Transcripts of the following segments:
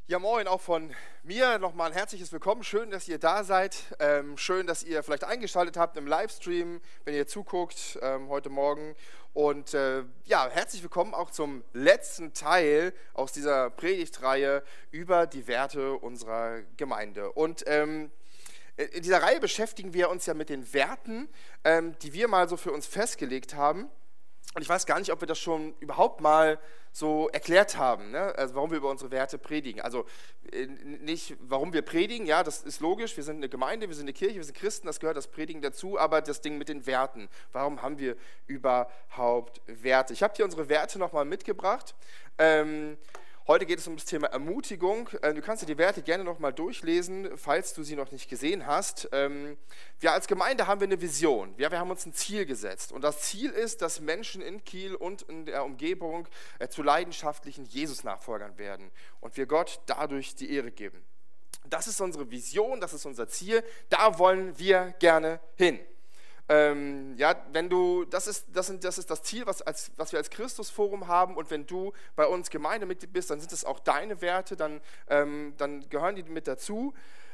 Ja, moin, auch von mir nochmal ein herzliches Willkommen. Schön, dass ihr da seid. Schön, dass ihr vielleicht eingeschaltet habt im Livestream, wenn ihr zuguckt heute Morgen. Und ja, herzlich willkommen auch zum letzten Teil aus dieser Predigtreihe über die Werte unserer Gemeinde. Und in dieser Reihe beschäftigen wir uns ja mit den Werten, die wir mal so für uns festgelegt haben. Und ich weiß gar nicht, ob wir das schon überhaupt mal so erklärt haben, ne? Also warum wir über unsere Werte predigen. Also nicht, warum wir predigen, ja, das ist logisch, wir sind eine Gemeinde, wir sind eine Kirche, wir sind Christen, das gehört das Predigen dazu, aber das Ding mit den Werten, warum haben wir überhaupt Werte? Ich habe hier unsere Werte nochmal mitgebracht. Heute geht es um das Thema Ermutigung. Du kannst dir die Werte gerne nochmal durchlesen, falls du sie noch nicht gesehen hast. Wir als Gemeinde haben eine Vision. Wir haben uns ein Ziel gesetzt. Und das Ziel ist, dass Menschen in Kiel und in der Umgebung zu leidenschaftlichen Jesus-Nachfolgern werden. Und wir Gott dadurch die Ehre geben. Das ist unsere Vision, das ist unser Ziel. Da wollen wir gerne hin. Ja, das ist das Ziel, was wir als Christusforum haben, und wenn du bei uns Gemeindemitglied bist, dann sind es auch deine Werte, dann gehören die mit dazu.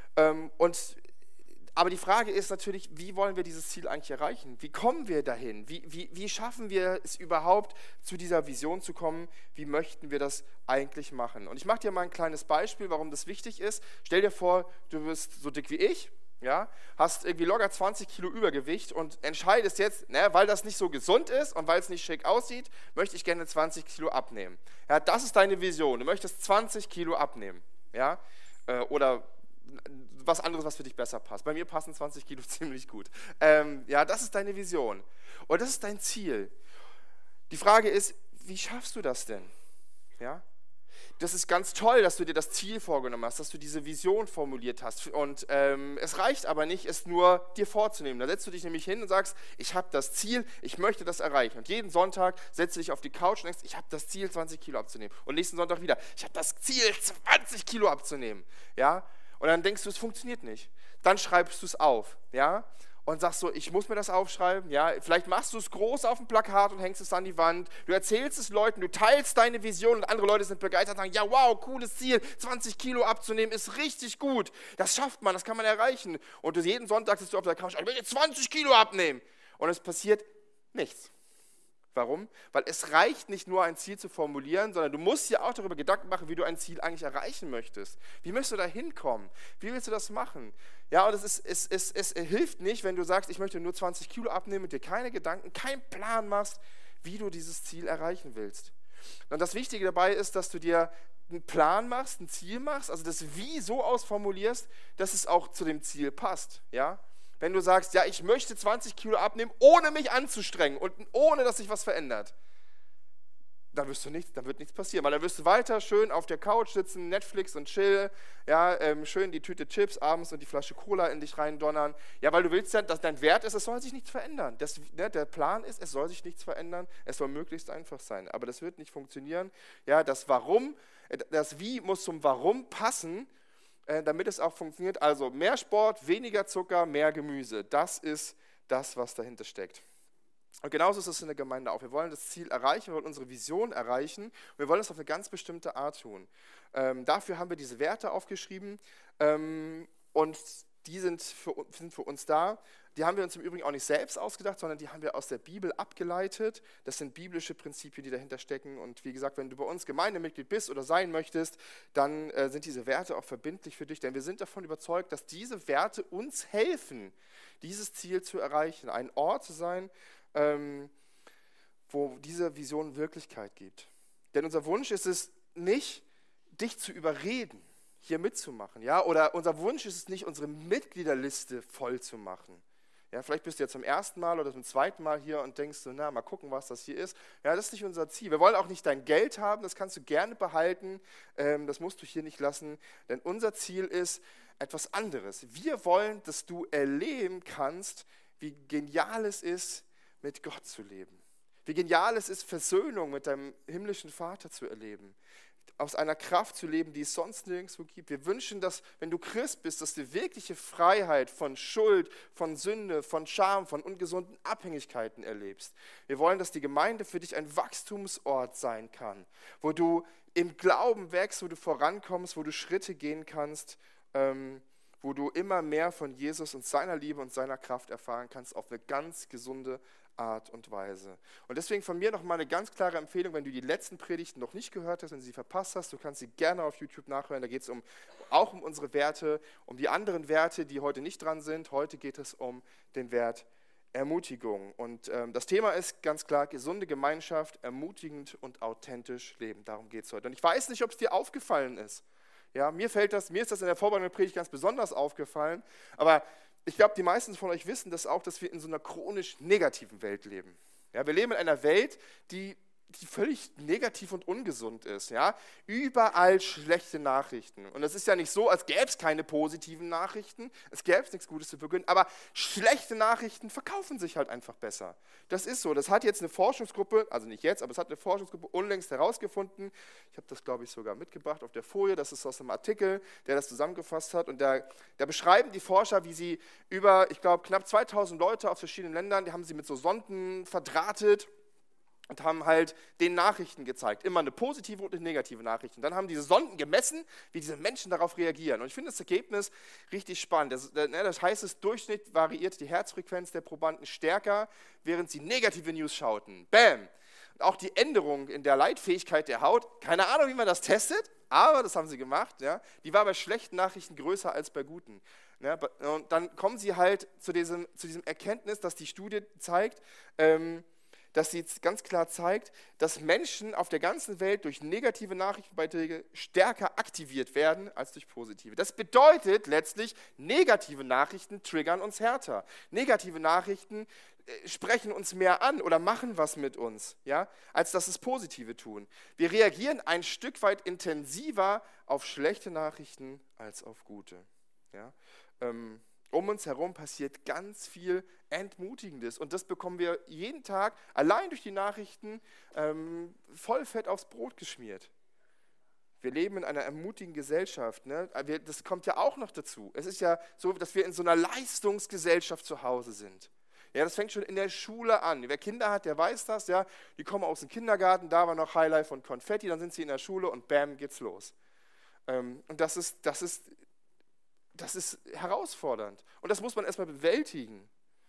Aber die Frage ist natürlich, wie wollen wir dieses Ziel eigentlich erreichen? Wie kommen wir dahin? Wie schaffen wir es überhaupt, zu dieser Vision zu kommen? Wie möchten wir das eigentlich machen? Und ich mache dir mal ein kleines Beispiel, warum das wichtig ist. Stell dir vor, du bist so dick wie ich. Ja, hast irgendwie locker 20 Kilo Übergewicht und entscheidest jetzt, weil das nicht so gesund ist und weil es nicht schick aussieht, möchte ich gerne 20 Kilo abnehmen. Ja, das ist deine Vision. Du möchtest 20 Kilo abnehmen. Ja, oder was anderes, was für dich besser passt. Bei mir passen 20 Kilo ziemlich gut. Ja, das ist deine Vision. Und das ist dein Ziel. Die Frage ist, wie schaffst du das denn? Ja? Das ist ganz toll, dass du dir das Ziel vorgenommen hast, dass du diese Vision formuliert hast. Und es reicht aber nicht, es nur dir vorzunehmen. Da setzt du dich nämlich hin und sagst, ich habe das Ziel, ich möchte das erreichen. Und jeden Sonntag setzt du dich auf die Couch und denkst, ich habe das Ziel, 20 Kilo abzunehmen. Und nächsten Sonntag wieder, ich habe das Ziel, 20 Kilo abzunehmen. Ja? Und dann denkst du, es funktioniert nicht. Dann schreibst du es auf. Ja? Und sagst so, ich muss mir das aufschreiben, ja, vielleicht machst du es groß auf dem Plakat und hängst es an die Wand, du erzählst es Leuten, du teilst deine Vision und andere Leute sind begeistert und sagen, ja wow, cooles Ziel, 20 Kilo abzunehmen ist richtig gut, das schafft man, das kann man erreichen. Und jeden Sonntag sitzt du auf der Couch, ich will jetzt 20 Kilo abnehmen und es passiert nichts. Warum? Weil es reicht nicht nur, ein Ziel zu formulieren, sondern du musst dir auch darüber Gedanken machen, wie du ein Ziel eigentlich erreichen möchtest. Wie möchtest du da hinkommen? Wie willst du das machen? Ja, und es hilft nicht, wenn du sagst, ich möchte nur 20 Kilo abnehmen und dir keine Gedanken, keinen Plan machst, wie du dieses Ziel erreichen willst. Und das Wichtige dabei ist, dass du dir einen Plan machst, ein Ziel machst, also das Wie so ausformulierst, dass es auch zu dem Ziel passt. Ja? Wenn du sagst, ja, ich möchte 20 Kilo abnehmen, ohne mich anzustrengen und ohne, dass sich was verändert, dann wird nichts passieren, weil dann wirst du weiter schön auf der Couch sitzen, Netflix und chill, ja, schön die Tüte Chips abends und die Flasche Cola in dich reindonnern, ja, weil du willst ja, dass dein Wert ist, es soll sich nichts verändern. Der Plan ist, es soll sich nichts verändern, es soll möglichst einfach sein, aber das wird nicht funktionieren. Ja, das Wie muss zum Warum passen, damit es auch funktioniert. Also mehr Sport, weniger Zucker, mehr Gemüse. Das ist das, was dahinter steckt. Und genauso ist es in der Gemeinde auch. Wir wollen das Ziel erreichen, wir wollen unsere Vision erreichen und wir wollen es auf eine ganz bestimmte Art tun. Dafür haben wir diese Werte aufgeschrieben und die sind für uns da. Die haben wir uns im Übrigen auch nicht selbst ausgedacht, sondern die haben wir aus der Bibel abgeleitet. Das sind biblische Prinzipien, die dahinter stecken. Und wie gesagt, wenn du bei uns Gemeindemitglied bist oder sein möchtest, dann sind diese Werte auch verbindlich für dich. Denn wir sind davon überzeugt, dass diese Werte uns helfen, dieses Ziel zu erreichen. Ein Ort zu sein, wo diese Vision Wirklichkeit gibt. Denn unser Wunsch ist es nicht, dich zu überreden, hier mitzumachen. Ja? Oder unser Wunsch ist es nicht, unsere Mitgliederliste voll zu machen. Ja, vielleicht bist du ja zum ersten Mal oder zum zweiten Mal hier und denkst so, mal gucken, was das hier ist. Ja, das ist nicht unser Ziel. Wir wollen auch nicht dein Geld haben, das kannst du gerne behalten, das musst du hier nicht lassen, denn unser Ziel ist etwas anderes. Wir wollen, dass du erleben kannst, wie genial es ist, mit Gott zu leben. Wie genial es ist, Versöhnung mit deinem himmlischen Vater zu erleben. Aus einer Kraft zu leben, die es sonst nirgendwo gibt. Wir wünschen, dass, wenn du Christ bist, dass du wirkliche Freiheit von Schuld, von Sünde, von Scham, von ungesunden Abhängigkeiten erlebst. Wir wollen, dass die Gemeinde für dich ein Wachstumsort sein kann, wo du im Glauben wächst, wo du vorankommst, wo du Schritte gehen kannst, wo du immer mehr von Jesus und seiner Liebe und seiner Kraft erfahren kannst, auf eine ganz gesunde Art und Weise. Und deswegen von mir nochmal eine ganz klare Empfehlung, wenn du die letzten Predigten noch nicht gehört hast, wenn du sie verpasst hast, du kannst sie gerne auf YouTube nachhören. Da geht es auch um unsere Werte, um die anderen Werte, die heute nicht dran sind. Heute geht es um den Wert Ermutigung. Und das Thema ist ganz klar, gesunde Gemeinschaft, ermutigend und authentisch leben. Darum geht es heute. Und ich weiß nicht, ob es dir aufgefallen ist. Ja, mir ist das in der Vorbereitung der Predigt ganz besonders aufgefallen, aber ich glaube, die meisten von euch wissen das auch, dass wir in so einer chronisch negativen Welt leben. Ja, wir leben in einer Welt, die völlig negativ und ungesund ist. Ja? Überall schlechte Nachrichten. Und es ist ja nicht so, als gäbe es keine positiven Nachrichten, es gäbe es nichts Gutes zu verkünden, aber schlechte Nachrichten verkaufen sich halt einfach besser. Das ist so. Das hat jetzt eine Forschungsgruppe, also nicht jetzt, aber es hat eine Forschungsgruppe unlängst herausgefunden. Ich habe das, glaube ich, sogar mitgebracht auf der Folie. Das ist aus einem Artikel, der das zusammengefasst hat. Und da beschreiben die Forscher, wie sie über, ich glaube, knapp 2000 Leute aus verschiedenen Ländern, die haben sie mit so Sonden verdrahtet und haben halt den Nachrichten gezeigt, immer eine positive und eine negative Nachricht. Und dann haben diese Sonden gemessen, wie diese Menschen darauf reagieren. Und ich finde das Ergebnis richtig spannend. Das heißt, das Durchschnitt variiert die Herzfrequenz der Probanden stärker, während sie negative News schauten. Bam! Und auch die Änderung in der Leitfähigkeit der Haut, keine Ahnung, wie man das testet, aber das haben sie gemacht, ja, die war bei schlechten Nachrichten größer als bei guten. Ja, und dann kommen sie halt zu diesem Erkenntnis, dass die Studie zeigt, dass sie ganz klar zeigt, dass Menschen auf der ganzen Welt durch negative Nachrichtenbeiträge stärker aktiviert werden als durch positive. Das bedeutet letztlich, negative Nachrichten triggern uns härter. Negative Nachrichten sprechen uns mehr an oder machen was mit uns, ja, als dass es positive tun. Wir reagieren ein Stück weit intensiver auf schlechte Nachrichten als auf gute. Ja. Um uns herum passiert ganz viel Entmutigendes und das bekommen wir jeden Tag allein durch die Nachrichten voll fett aufs Brot geschmiert. Wir leben in einer ermutigen Gesellschaft. Ne? Das kommt ja auch noch dazu. Es ist ja so, dass wir in so einer Leistungsgesellschaft zu Hause sind. Ja, das fängt schon in der Schule an. Wer Kinder hat, der weiß das. Ja? Die kommen aus dem Kindergarten, da war noch Highlife und Konfetti, dann sind sie in der Schule und bam, geht's los. Und das ist herausfordernd und das muss man erstmal bewältigen.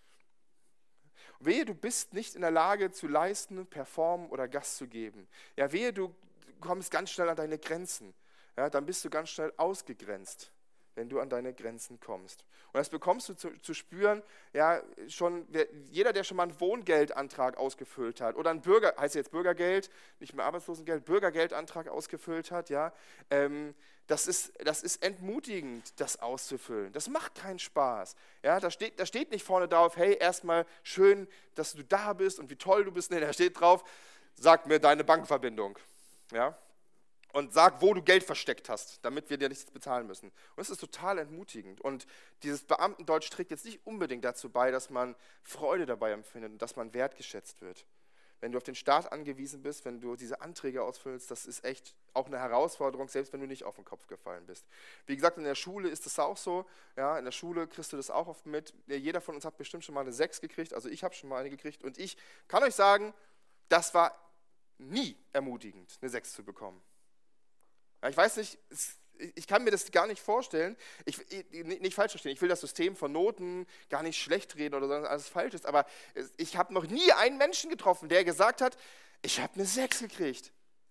Wehe, du bist nicht in der Lage zu leisten, performen oder Gas zu geben. Ja, wehe, du kommst ganz schnell an deine Grenzen. Ja, dann bist du ganz schnell ausgegrenzt, wenn du an deine Grenzen kommst. Und das bekommst du zu spüren, ja, schon jeder, der schon mal einen Wohngeldantrag ausgefüllt hat oder heißt jetzt Bürgergeld, nicht mehr Arbeitslosengeld, Bürgergeldantrag ausgefüllt hat, ja, das ist entmutigend, das auszufüllen. Das macht keinen Spaß. Ja, da steht nicht vorne drauf, hey, erstmal schön, dass du da bist und wie toll du bist. Nee, da steht drauf, sag mir deine Bankverbindung. Ja, und sag, wo du Geld versteckt hast, damit wir dir nichts bezahlen müssen. Und das ist total entmutigend. Und dieses Beamtendeutsch trägt jetzt nicht unbedingt dazu bei, dass man Freude dabei empfindet und dass man wertgeschätzt wird. Wenn du auf den Staat angewiesen bist, wenn du diese Anträge ausfüllst, das ist echt auch eine Herausforderung, selbst wenn du nicht auf den Kopf gefallen bist. Wie gesagt, in der Schule ist das auch so. Ja, in der Schule kriegst du das auch oft mit. Jeder von uns hat bestimmt schon mal eine 6 gekriegt, also ich habe schon mal eine gekriegt. Und ich kann euch sagen, das war nie ermutigend, eine 6 zu bekommen. Ja, ich weiß nicht, ich kann mir das gar nicht vorstellen, nicht falsch verstehen, ich will das System von Noten gar nicht schlecht reden oder sagen, dass alles falsch ist, aber ich habe noch nie einen Menschen getroffen, der gesagt hat, ich habe eine 6 gekriegt.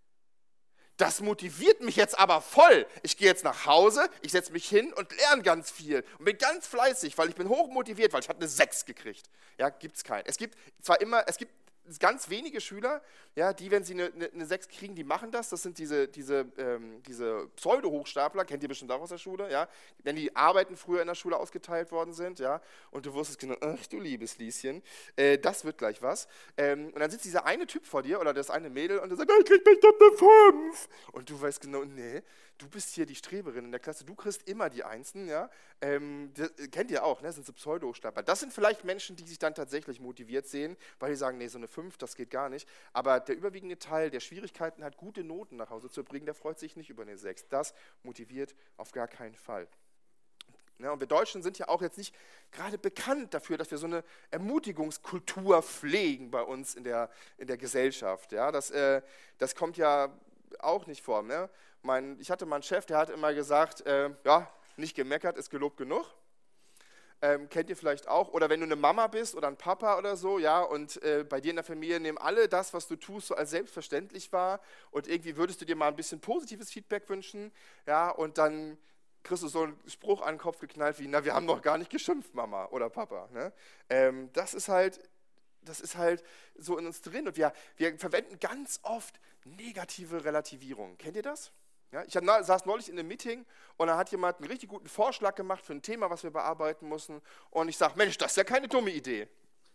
Das motiviert mich jetzt aber voll. Ich gehe jetzt nach Hause, ich setze mich hin und lerne ganz viel und bin ganz fleißig, weil ich bin hochmotiviert, weil ich habe eine 6 gekriegt. Ja, gibt es keinen. Es gibt ganz wenige Schüler, ja, die, wenn sie eine 6 kriegen, die machen das. Das sind diese Pseudo-Hochstapler, kennt ihr bestimmt auch aus der Schule, ja, wenn die Arbeiten früher in der Schule ausgeteilt worden sind, ja, und du wusstest genau, ach du liebes Lieschen, das wird gleich was. Und dann sitzt dieser eine Typ vor dir oder das eine Mädel und der sagt, ich krieg bestimmt eine 5. Und du weißt genau, nee, du bist hier die Streberin in der Klasse, du kriegst immer die Einsen, ja. Das kennt ihr auch, ne? Das sind so Pseudo-Hochstapler. Das sind vielleicht Menschen, die sich dann tatsächlich motiviert sehen, weil die sagen, nee, so eine 5, das geht gar nicht. Aber der überwiegende Teil, der Schwierigkeiten hat, gute Noten nach Hause zu bringen, der freut sich nicht über eine 6. Das motiviert auf gar keinen Fall. Ja, und wir Deutschen sind ja auch jetzt nicht gerade bekannt dafür, dass wir so eine Ermutigungskultur pflegen bei uns in der Gesellschaft. Ja, das kommt ja auch nicht vor. Ne? Ich hatte mal einen Chef, der hat immer gesagt, ja, nicht gemeckert, ist gelobt genug. Kennt ihr vielleicht auch. Oder wenn du eine Mama bist oder ein Papa oder so, ja, und bei dir in der Familie nehmen alle das, was du tust, so als selbstverständlich wahr und irgendwie würdest du dir mal ein bisschen positives Feedback wünschen, ja, und dann kriegst du so einen Spruch an den Kopf geknallt wie, na, wir haben noch gar nicht geschimpft, Mama oder Papa. Ne? Das ist halt so in uns drin und wir verwenden ganz oft negative Relativierung. Kennt ihr das? Ja, saß neulich in einem Meeting und da hat jemand einen richtig guten Vorschlag gemacht für ein Thema, was wir bearbeiten mussten. Und ich sage, Mensch, das ist ja keine dumme Idee.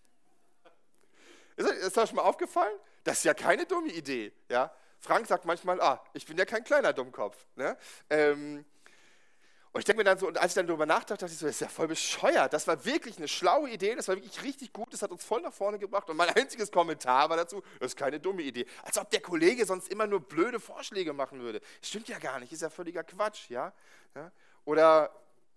Ist das schon mal aufgefallen? Das ist ja keine dumme Idee. Ja? Frank sagt manchmal, ich bin ja kein kleiner Dummkopf. Ne? Und ich denke mir dann so, und als ich dann darüber nachdachte, dachte ich so, das ist ja voll bescheuert. Das war wirklich eine schlaue Idee, das war wirklich richtig gut, das hat uns voll nach vorne gebracht. Und mein einziges Kommentar war dazu, das ist keine dumme Idee. Als ob der Kollege sonst immer nur blöde Vorschläge machen würde. Stimmt ja gar nicht, ist ja völliger Quatsch. Ja? Oder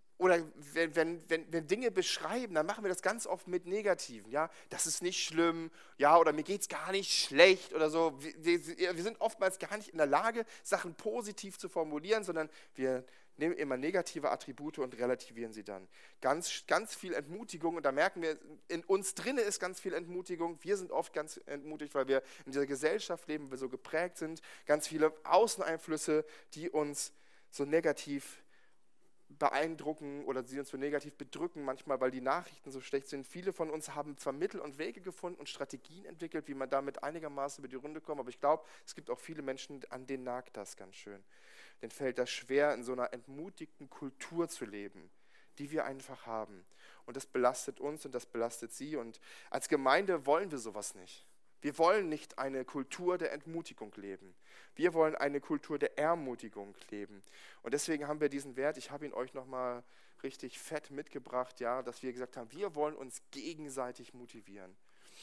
wenn Dinge beschreiben, dann machen wir das ganz oft mit Negativen. Ja? Das ist nicht schlimm, ja, oder mir geht es gar nicht schlecht oder so. Wir sind oftmals gar nicht in der Lage, Sachen positiv zu formulieren, sondern wir nehmen immer negative Attribute und relativieren sie dann. Ganz, ganz viel Entmutigung und da merken wir, in uns drinne ist ganz viel Entmutigung. Wir sind oft ganz entmutigt, weil wir in dieser Gesellschaft leben, wir so geprägt sind. Ganz viele Außeneinflüsse, die uns so negativ beeindrucken oder sie uns so negativ bedrücken, manchmal, weil die Nachrichten so schlecht sind. Viele von uns haben zwar Mittel und Wege gefunden und Strategien entwickelt, wie man damit einigermaßen über die Runde kommt, aber ich glaube, es gibt auch viele Menschen, an denen nagt das ganz schön. Denen fällt das schwer, in so einer entmutigten Kultur zu leben, die wir einfach haben. Und das belastet uns und das belastet sie. Und als Gemeinde wollen wir sowas nicht. Wir wollen nicht eine Kultur der Entmutigung leben. Wir wollen eine Kultur der Ermutigung leben. Und deswegen haben wir diesen Wert, ich habe ihn euch nochmal richtig fett mitgebracht, ja, dass wir gesagt haben, wir wollen uns gegenseitig motivieren.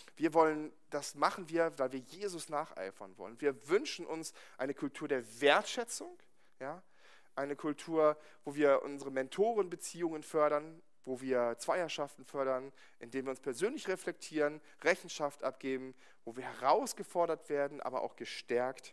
Das machen wir, weil wir Jesus nacheifern wollen. Wir wünschen uns eine Kultur der Wertschätzung, ja, eine Kultur, wo wir unsere Mentorenbeziehungen fördern, wo wir Zweierschaften fördern, indem wir uns persönlich reflektieren, Rechenschaft abgeben, wo wir herausgefordert werden, aber auch gestärkt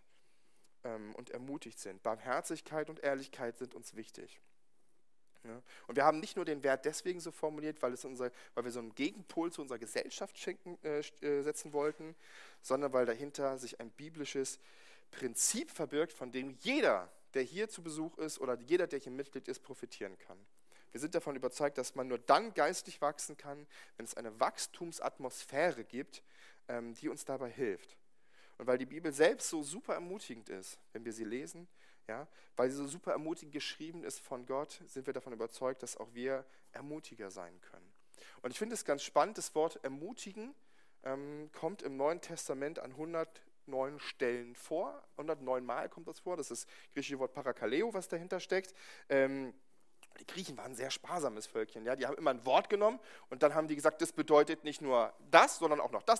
und ermutigt sind. Barmherzigkeit und Ehrlichkeit sind uns wichtig. Ja? Und wir haben nicht nur den Wert deswegen so formuliert, weil wir so einen Gegenpol zu unserer Gesellschaft setzen wollten, sondern weil dahinter sich ein biblisches Prinzip verbirgt, von dem jeder, der hier zu Besuch ist oder jeder, der hier Mitglied ist, profitieren kann. Wir sind davon überzeugt, dass man nur dann geistlich wachsen kann, wenn es eine Wachstumsatmosphäre gibt, die uns dabei hilft. Und weil die Bibel selbst so super ermutigend ist, wenn wir sie lesen, ja, weil sie so super ermutigend geschrieben ist von Gott, sind wir davon überzeugt, dass auch wir Ermutiger sein können. Und ich finde es ganz spannend, das Wort ermutigen kommt im Neuen Testament an 109 Stellen vor. 109 Mal kommt das vor. Das ist das griechische Wort Parakaleo, was dahinter steckt. Die Griechen waren ein sehr sparsames Völkchen. Ja? Die haben immer ein Wort genommen und dann haben die gesagt, das bedeutet nicht nur das, sondern auch noch das.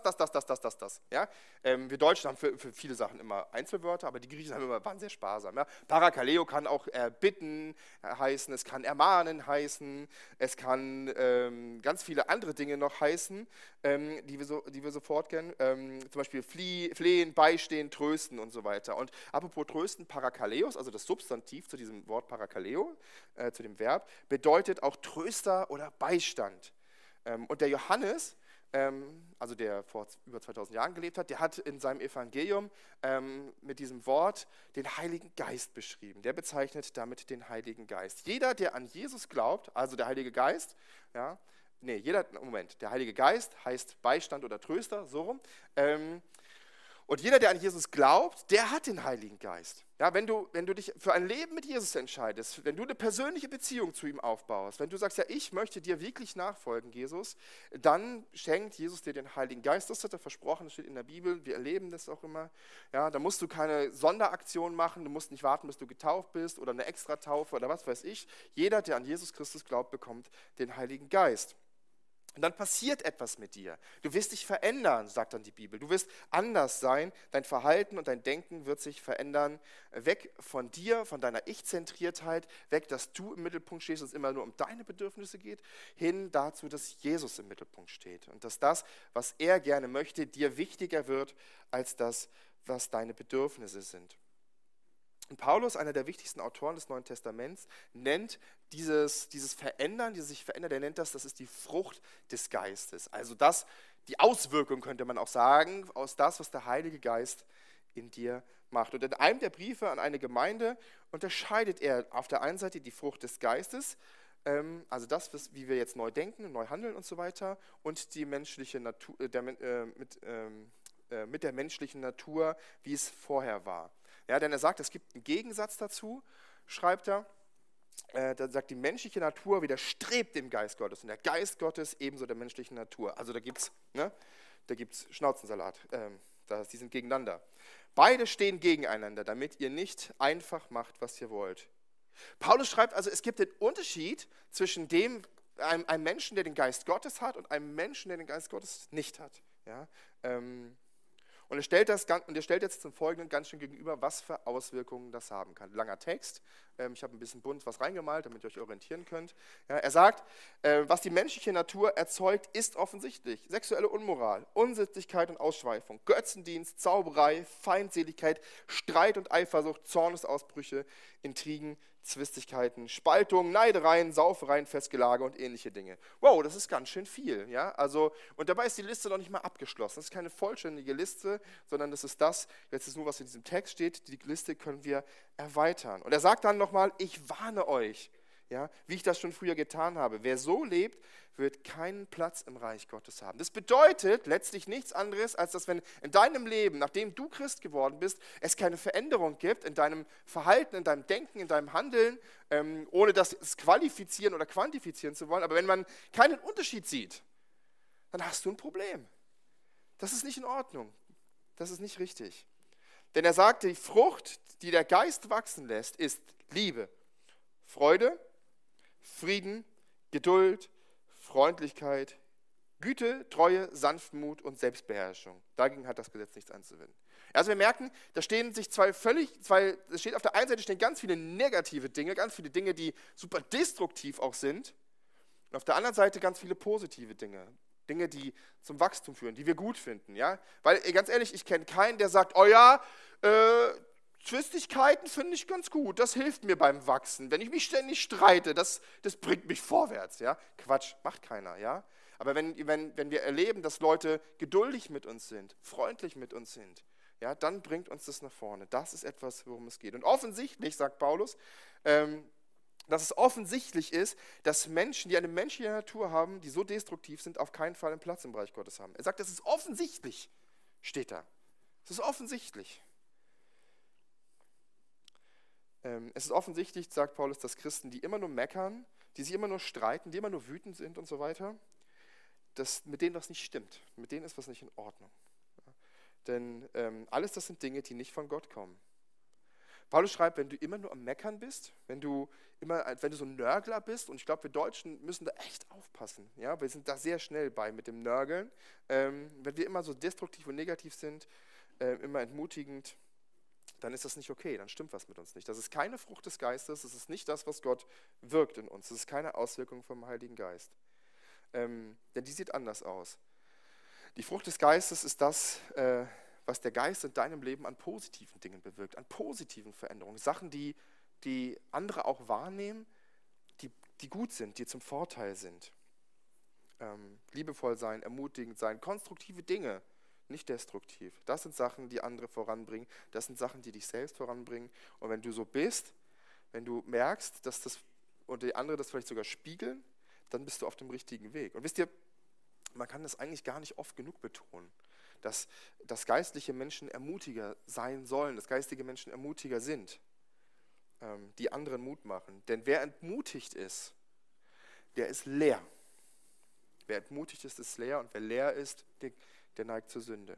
Ja? Wir Deutschen haben für viele Sachen immer Einzelwörter, aber die Griechen waren sehr sparsam. Ja? Parakaleo kann auch bitten heißen, es kann ermahnen heißen, es kann ganz viele andere Dinge noch heißen, die wir sofort kennen. Zum Beispiel flehen, beistehen, trösten und so weiter. Und apropos trösten, Parakaleos, also das Substantiv zu diesem Wort Parakaleo, zu dem Verb, bedeutet auch Tröster oder Beistand. Und der Johannes, also der vor über 2000 Jahren gelebt hat, der hat in seinem Evangelium mit diesem Wort den Heiligen Geist beschrieben. Der bezeichnet damit den Heiligen Geist. Jeder, der an Jesus glaubt, also der Heilige Geist, ja, der Heilige Geist heißt Beistand oder Tröster, so rum. Und jeder, der an Jesus glaubt, der hat den Heiligen Geist. Ja, wenn du dich für ein Leben mit Jesus entscheidest, wenn du eine persönliche Beziehung zu ihm aufbaust, wenn du sagst, ja, ich möchte dir wirklich nachfolgen, Jesus, dann schenkt Jesus dir den Heiligen Geist. Das hat er versprochen, das steht in der Bibel, wir erleben das auch immer. Ja, da musst du keine Sonderaktion machen, du musst nicht warten, bis du getauft bist oder eine Extrataufe oder was weiß ich. Jeder, der an Jesus Christus glaubt, bekommt den Heiligen Geist. Und dann passiert etwas mit dir. Du wirst dich verändern, sagt dann die Bibel. Du wirst anders sein. Dein Verhalten und dein Denken wird sich verändern. Weg von dir, von deiner Ich-Zentriertheit, weg, dass du im Mittelpunkt stehst und es immer nur um deine Bedürfnisse geht, hin dazu, dass Jesus im Mittelpunkt steht. Und dass das, was er gerne möchte, dir wichtiger wird, als das, was deine Bedürfnisse sind. Und Paulus, einer der wichtigsten Autoren des Neuen Testaments, nennt dieses Verändern, dieses sich verändern, der nennt das ist die Frucht des Geistes. Also die Auswirkung, könnte man auch sagen, aus das, was der Heilige Geist in dir macht. Und in einem der Briefe an eine Gemeinde unterscheidet er auf der einen Seite die Frucht des Geistes, also das, wie wir jetzt neu denken, neu handeln und so weiter, und die menschliche Natur, mit der menschlichen Natur, wie es vorher war. Ja, denn er sagt, es gibt einen Gegensatz dazu, schreibt er. Da sagt, die menschliche Natur widerstrebt dem Geist Gottes und der Geist Gottes ebenso der menschlichen Natur. Also da gibt es Schnauzensalat, die sind gegeneinander. Beide stehen gegeneinander, damit ihr nicht einfach macht, was ihr wollt. Paulus schreibt also, es gibt den Unterschied zwischen einem Menschen, der den Geist Gottes hat, und einem Menschen, der den Geist Gottes nicht hat. Ja? Und er stellt jetzt zum Folgenden ganz schön gegenüber, was für Auswirkungen das haben kann. Langer Text, ich habe ein bisschen bunt was reingemalt, damit ihr euch orientieren könnt. Ja, er sagt, was die menschliche Natur erzeugt, ist offensichtlich. Sexuelle Unmoral, Unsittlichkeit und Ausschweifung, Götzendienst, Zauberei, Feindseligkeit, Streit und Eifersucht, Zornesausbrüche, Intrigen, Zwistigkeiten, Spaltungen, Neidereien, Saufereien, Festgelage und ähnliche Dinge. Wow, das ist ganz schön viel. Ja? Also, und dabei ist die Liste noch nicht mal abgeschlossen. Das ist keine vollständige Liste, sondern das ist jetzt ist nur, was in diesem Text steht. Die Liste können wir erweitern. Und er sagt dann nochmal, ich warne euch, ja, wie ich das schon früher getan habe. Wer so lebt, wird keinen Platz im Reich Gottes haben. Das bedeutet letztlich nichts anderes, als dass wenn in deinem Leben, nachdem du Christ geworden bist, es keine Veränderung gibt in deinem Verhalten, in deinem Denken, in deinem Handeln, ohne das qualifizieren oder quantifizieren zu wollen, aber wenn man keinen Unterschied sieht, dann hast du ein Problem. Das ist nicht in Ordnung. Das ist nicht richtig. Denn er sagt, die Frucht, die der Geist wachsen lässt, ist Liebe, Freude, Frieden, Geduld, Freundlichkeit, Güte, Treue, Sanftmut und Selbstbeherrschung. Dagegen hat das Gesetz nichts anzuwenden. Also wir merken, da stehen sich es steht auf der einen Seite stehen ganz viele negative Dinge, ganz viele Dinge, die super destruktiv auch sind, und auf der anderen Seite ganz viele positive Dinge. Dinge, die zum Wachstum führen, die wir gut finden. Ja? Weil, ganz ehrlich, ich kenne keinen, der sagt, oh ja, Zwistigkeiten finde ich ganz gut, das hilft mir beim Wachsen. Wenn ich mich ständig streite, das bringt mich vorwärts. Ja? Quatsch, macht keiner. Ja? Aber wenn wir erleben, dass Leute geduldig mit uns sind, freundlich mit uns sind, ja, dann bringt uns das nach vorne. Das ist etwas, worum es geht. Und offensichtlich, sagt Paulus, dass es offensichtlich ist, dass Menschen, die eine menschliche Natur haben, die so destruktiv sind, auf keinen Fall einen Platz im Reich Gottes haben. Er sagt, das ist offensichtlich, steht da. Es ist offensichtlich. Es ist offensichtlich, sagt Paulus, dass Christen, die immer nur meckern, die sich immer nur streiten, die immer nur wütend sind und so weiter, mit denen das nicht stimmt. Mit denen ist was nicht in Ordnung. Ja? Denn alles das sind Dinge, die nicht von Gott kommen. Paulus schreibt, wenn du immer nur am Meckern bist, wenn du so ein Nörgler bist, und ich glaube, wir Deutschen müssen da echt aufpassen. Ja? Wir sind da sehr schnell bei mit dem Nörgeln. Wenn wir immer so destruktiv und negativ sind, immer entmutigend, dann ist das nicht okay, dann stimmt was mit uns nicht. Das ist keine Frucht des Geistes, das ist nicht das, was Gott wirkt in uns. Das ist keine Auswirkung vom Heiligen Geist. Denn die sieht anders aus. Die Frucht des Geistes ist das, was der Geist in deinem Leben an positiven Dingen bewirkt, an positiven Veränderungen. Sachen, die andere auch wahrnehmen, die gut sind, die zum Vorteil sind. Liebevoll sein, ermutigend sein, konstruktive Dinge, nicht destruktiv. Das sind Sachen, die andere voranbringen. Das sind Sachen, die dich selbst voranbringen. Und wenn du so bist, wenn du merkst, dass das und die andere das vielleicht sogar spiegeln, dann bist du auf dem richtigen Weg. Und wisst ihr, man kann das eigentlich gar nicht oft genug betonen, dass geistliche Menschen ermutiger sein sollen, dass geistige Menschen ermutiger sind, die anderen Mut machen. Denn wer entmutigt ist, der ist leer. Wer entmutigt ist, ist leer, und wer leer ist, der neigt zur Sünde.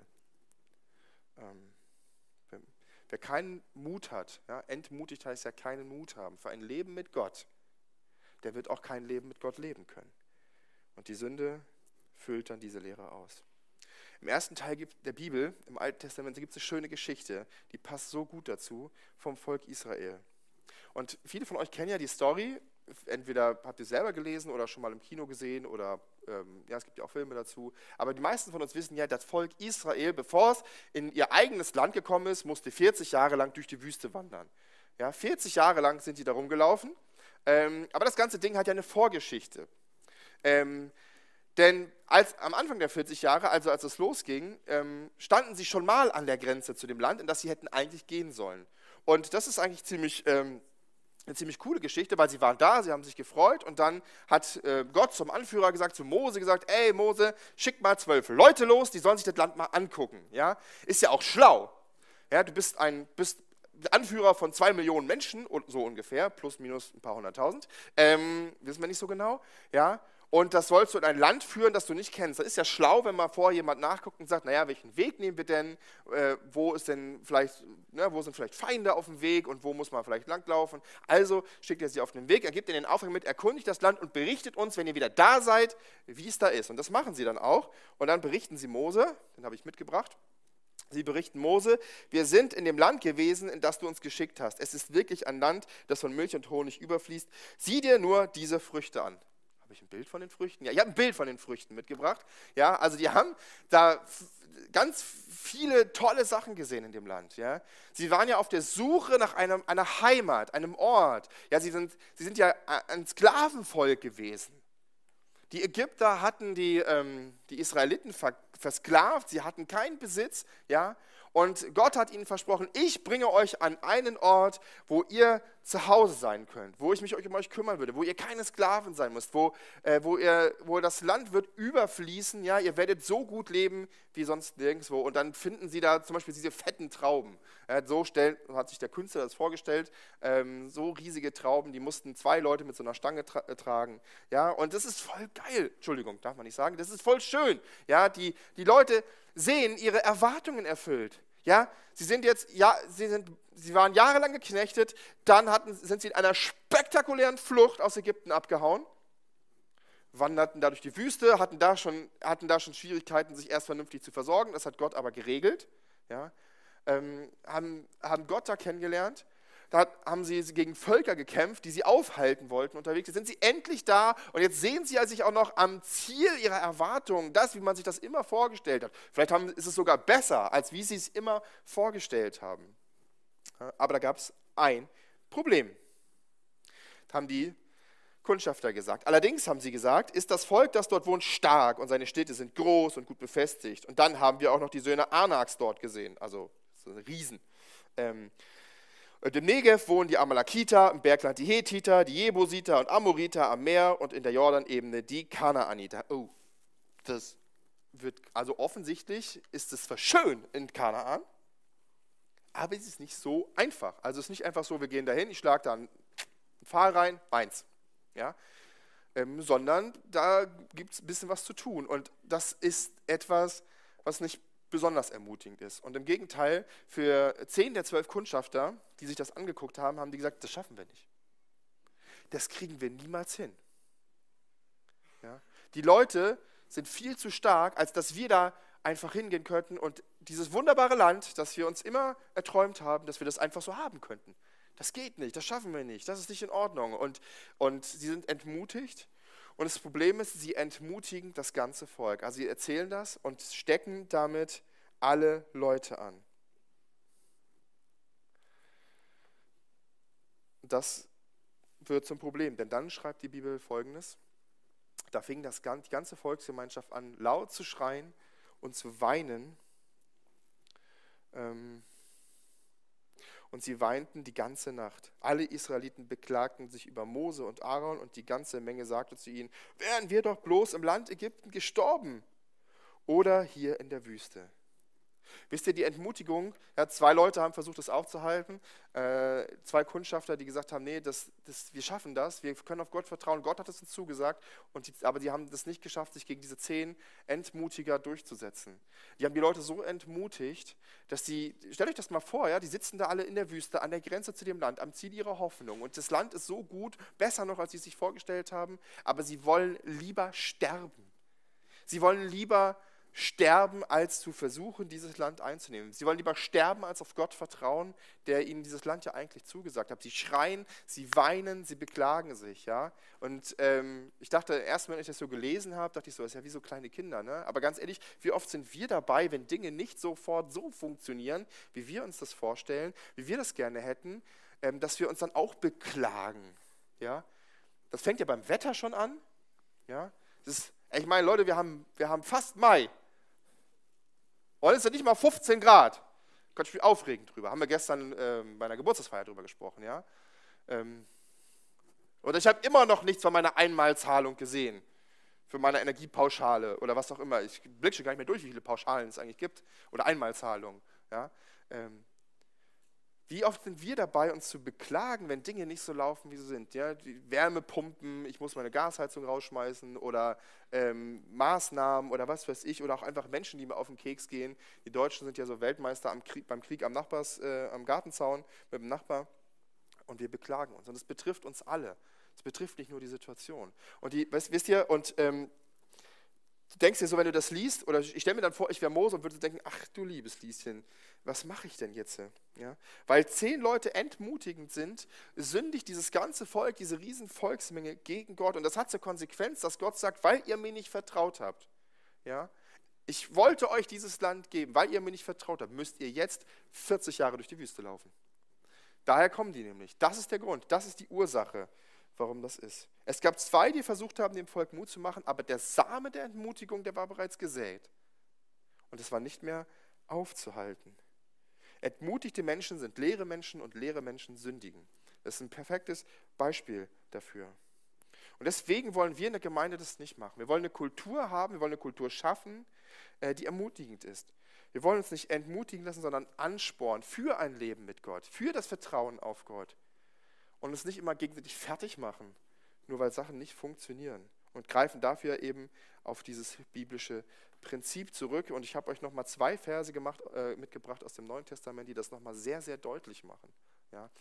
Wer keinen Mut hat, ja, entmutigt heißt ja keinen Mut haben für ein Leben mit Gott, der wird auch kein Leben mit Gott leben können. Und die Sünde füllt dann diese Lehre aus. Im ersten Teil der Bibel, im Alten Testament, gibt es eine schöne Geschichte, die passt so gut dazu, vom Volk Israel. Und viele von euch kennen ja die Story, entweder habt ihr selber gelesen oder schon mal im Kino gesehen oder es gibt ja auch Filme dazu. Aber die meisten von uns wissen ja, das Volk Israel, bevor es in ihr eigenes Land gekommen ist, musste 40 Jahre lang durch die Wüste wandern. Ja, 40 Jahre lang sind die da rumgelaufen. Aber das ganze Ding hat ja eine Vorgeschichte. Denn am Anfang der 40 Jahre, also als es losging, standen sie schon mal an der Grenze zu dem Land, in das sie hätten eigentlich gehen sollen. Und das ist eigentlich eine ziemlich coole Geschichte, weil sie waren da, sie haben sich gefreut und dann hat Gott zum Anführer gesagt, zu Mose gesagt, ey Mose, schick mal 12 Leute los, die sollen sich das Land mal angucken. Ja? Ist ja auch schlau. Ja, du bist Anführer von 2 Millionen Menschen, so ungefähr, plus minus ein paar hunderttausend, wissen wir nicht so genau. Ja? Und das sollst du in ein Land führen, das du nicht kennst. Das ist ja schlau, wenn mal vorher jemand nachguckt und sagt, naja, welchen Weg nehmen wir denn? Wo sind vielleicht Feinde auf dem Weg und wo muss man vielleicht langlaufen? Also schickt er sie auf den Weg, er gibt ihnen den Auftrag mit, erkundigt das Land und berichtet uns, wenn ihr wieder da seid, wie es da ist. Und das machen sie dann auch. Und dann berichten sie Mose, den habe ich mitgebracht. Sie berichten Mose, wir sind in dem Land gewesen, in das du uns geschickt hast. Es ist wirklich ein Land, das von Milch und Honig überfließt. Sieh dir nur diese Früchte an. Habe ich ein Bild von den Früchten? Ja, ich habe ein Bild von den Früchten mitgebracht. Ja, also die haben da ganz viele tolle Sachen gesehen in dem Land. Ja. Sie waren ja auf der Suche nach einer Heimat, einem Ort. Ja, sie sind ja ein Sklavenvolk gewesen. Die Ägypter hatten die Israeliten versklavt, sie hatten keinen Besitz, ja, und Gott hat ihnen versprochen, ich bringe euch an einen Ort, wo ihr zu Hause sein könnt, wo ich mich um euch kümmern würde, wo ihr keine Sklaven sein müsst, wo das Land wird überfließen, ja, ihr werdet so gut leben wie sonst nirgendwo. Und dann finden sie da zum Beispiel diese fetten Trauben. Ja, so hat sich der Künstler das vorgestellt, so riesige Trauben, die mussten 2 Leute mit so einer Stange tragen. Ja, und das ist voll geil, Entschuldigung, darf man nicht sagen, das ist voll schön. Ja, die Leute sehen ihre Erwartungen erfüllt. Ja, sie waren jahrelang geknechtet, dann sind sie in einer spektakulären Flucht aus Ägypten abgehauen, wanderten da durch die Wüste, hatten da schon Schwierigkeiten, sich erst vernünftig zu versorgen, das hat Gott aber geregelt. Ja, haben Gott da kennengelernt. Da haben sie gegen Völker gekämpft, die sie aufhalten wollten unterwegs. Jetzt sind sie endlich da und jetzt sehen sie sich auch noch am Ziel ihrer Erwartungen, das, wie man sich das immer vorgestellt hat. Vielleicht ist es sogar besser, als wie sie es immer vorgestellt haben. Aber da gab es ein Problem. Das haben die Kundschafter gesagt. Allerdings haben sie gesagt, ist das Volk, das dort wohnt, stark und seine Städte sind groß und gut befestigt. Und dann haben wir auch noch die Söhne Anaks dort gesehen, also so eine Riesen. Und im Negev wohnen die Amalekiter, im Bergland die Hethiter, die Jebusiter und Amoriter am Meer und in der Jordanebene die Kanaaniter. Oh, also offensichtlich ist es zwar schön in Kanaan, aber es ist nicht so einfach. Also es ist nicht einfach so, wir gehen dahin, ich schlage da einen Pfahl rein, meins. Ja? Sondern da gibt es ein bisschen was zu tun. Und das ist etwas, was nicht besonders ermutigend ist. Und im Gegenteil, für 10 der 12 Kundschafter, die sich das angeguckt haben, haben die gesagt, das schaffen wir nicht. Das kriegen wir niemals hin. Ja? Die Leute sind viel zu stark, als dass wir da einfach hingehen könnten und dieses wunderbare Land, das wir uns immer erträumt haben, dass wir das einfach so haben könnten. Das geht nicht, das schaffen wir nicht, das ist nicht in Ordnung. Und sie sind entmutigt. Und das Problem ist, sie entmutigen das ganze Volk. Also sie erzählen das und stecken damit alle Leute an. Das wird zum Problem, denn dann schreibt die Bibel Folgendes. Da fing die ganze Volksgemeinschaft an, laut zu schreien und zu weinen. Und sie weinten die ganze Nacht. Alle Israeliten beklagten sich über Mose und Aaron und die ganze Menge sagte zu ihnen, wären wir doch bloß im Land Ägypten gestorben oder hier in der Wüste. Wisst ihr, die Entmutigung, ja, 2 Leute haben versucht, das aufzuhalten, 2 Kundschafter, die gesagt haben, nee, wir schaffen das, wir können auf Gott vertrauen, Gott hat es uns zugesagt, aber die haben das nicht geschafft, sich gegen diese 10 Entmutiger durchzusetzen. Die haben die Leute so entmutigt, dass stellt euch das mal vor, ja, die sitzen da alle in der Wüste, an der Grenze zu dem Land, am Ziel ihrer Hoffnung und das Land ist so gut, besser noch, als sie es sich vorgestellt haben, aber sie wollen lieber sterben. Sie wollen lieber sterben, als zu versuchen, dieses Land einzunehmen. Sie wollen lieber sterben, als auf Gott vertrauen, der ihnen dieses Land ja eigentlich zugesagt hat. Sie schreien, sie weinen, sie beklagen sich. Ja? Und ich dachte, erst wenn ich das so gelesen habe, dachte ich so, das ist ja wie so kleine Kinder. Ne? Aber ganz ehrlich, wie oft sind wir dabei, wenn Dinge nicht sofort so funktionieren, wie wir uns das vorstellen, wie wir das gerne hätten, dass wir uns dann auch beklagen. Ja? Das fängt ja beim Wetter schon an. Ja? Ich meine, Leute, wir haben fast Mai. Und es sind nicht mal 15 Grad. Gott, ich bin aufregend drüber. Haben wir gestern bei einer Geburtstagsfeier drüber gesprochen. Ja? Oder ich habe immer noch nichts von meiner Einmalzahlung gesehen. Für meine Energiepauschale oder was auch immer. Ich blicke schon gar nicht mehr durch, wie viele Pauschalen es eigentlich gibt. Oder Einmalzahlungen. Ja? Wie oft sind wir dabei, uns zu beklagen, wenn Dinge nicht so laufen, wie sie sind? Ja? Die Wärmepumpen, ich muss meine Gasheizung rausschmeißen oder Maßnahmen oder was weiß ich. Oder auch einfach Menschen, die mir auf den Keks gehen. Die Deutschen sind ja so Weltmeister beim Krieg am Gartenzaun mit dem Nachbar. Und wir beklagen uns. Und es betrifft uns alle. Es betrifft nicht nur die Situation. Und wisst ihr, und du denkst dir so, wenn du das liest, oder ich stelle mir dann vor, ich wäre Mose und würde denken, ach du liebes Lieschen, was mache ich denn jetzt? Ja? Weil 10 Leute entmutigend sind, sündigt dieses ganze Volk, diese riesen Volksmenge gegen Gott. Und das hat zur Konsequenz, dass Gott sagt, weil ihr mir nicht vertraut habt, ja, ich wollte euch dieses Land geben, weil ihr mir nicht vertraut habt, müsst ihr jetzt 40 Jahre durch die Wüste laufen. Daher kommen die nämlich. Das ist der Grund, das ist die Ursache, warum das ist. Es gab 2, die versucht haben, dem Volk Mut zu machen, aber der Same der Entmutigung, der war bereits gesät. Und es war nicht mehr aufzuhalten. Entmutigte Menschen sind leere Menschen und leere Menschen sündigen. Das ist ein perfektes Beispiel dafür. Und deswegen wollen wir in der Gemeinde das nicht machen. Wir wollen eine Kultur haben, wir wollen eine Kultur schaffen, die ermutigend ist. Wir wollen uns nicht entmutigen lassen, sondern anspornen für ein Leben mit Gott, für das Vertrauen auf Gott. Und uns nicht immer gegenseitig fertig machen, nur weil Sachen nicht funktionieren. Und greifen dafür eben auf dieses biblische Prinzip zurück. Und ich habe euch nochmal 2 Verse mitgebracht aus dem Neuen Testament, die das nochmal sehr, sehr deutlich machen. Ja?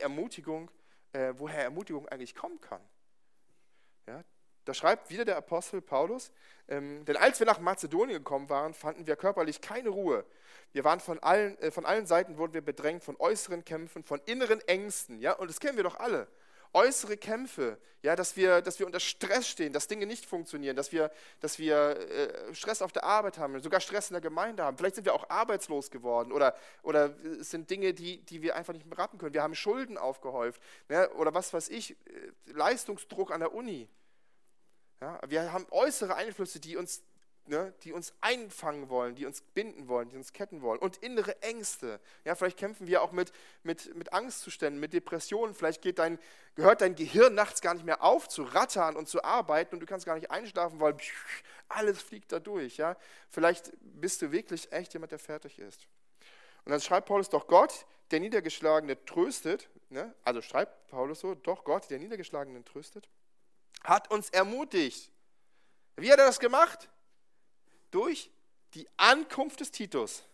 Woher Ermutigung eigentlich kommen kann. Ja? Da schreibt wieder der Apostel Paulus, denn als wir nach Mazedonien gekommen waren, fanden wir körperlich keine Ruhe. Wir waren von allen Seiten wurden wir bedrängt von äußeren Kämpfen, von inneren Ängsten. Ja? Und das kennen wir doch alle. Äußere Kämpfe, ja, dass wir unter Stress stehen, dass Dinge nicht funktionieren, dass wir Stress auf der Arbeit haben, sogar Stress in der Gemeinde haben. Vielleicht sind wir auch arbeitslos geworden oder es sind Dinge, die wir einfach nicht mehr rappen können. Wir haben Schulden aufgehäuft, ne? Oder was weiß ich, Leistungsdruck an der Uni. Ja? Wir haben äußere Einflüsse, die uns einfangen wollen, die uns binden wollen, die uns ketten wollen. Und innere Ängste. Ja, vielleicht kämpfen wir auch mit Angstzuständen, mit Depressionen. Vielleicht gehört dein Gehirn nachts gar nicht mehr auf zu rattern und zu arbeiten und du kannst gar nicht einschlafen, weil alles fliegt da durch. Ja? Vielleicht bist du wirklich echt jemand, der fertig ist. Und dann schreibt Paulus, doch Gott, der Niedergeschlagene tröstet, ne? Also schreibt Paulus so, doch Gott, der Niedergeschlagenen tröstet, hat uns ermutigt. Wie hat er das gemacht? Durch die Ankunft des Titus.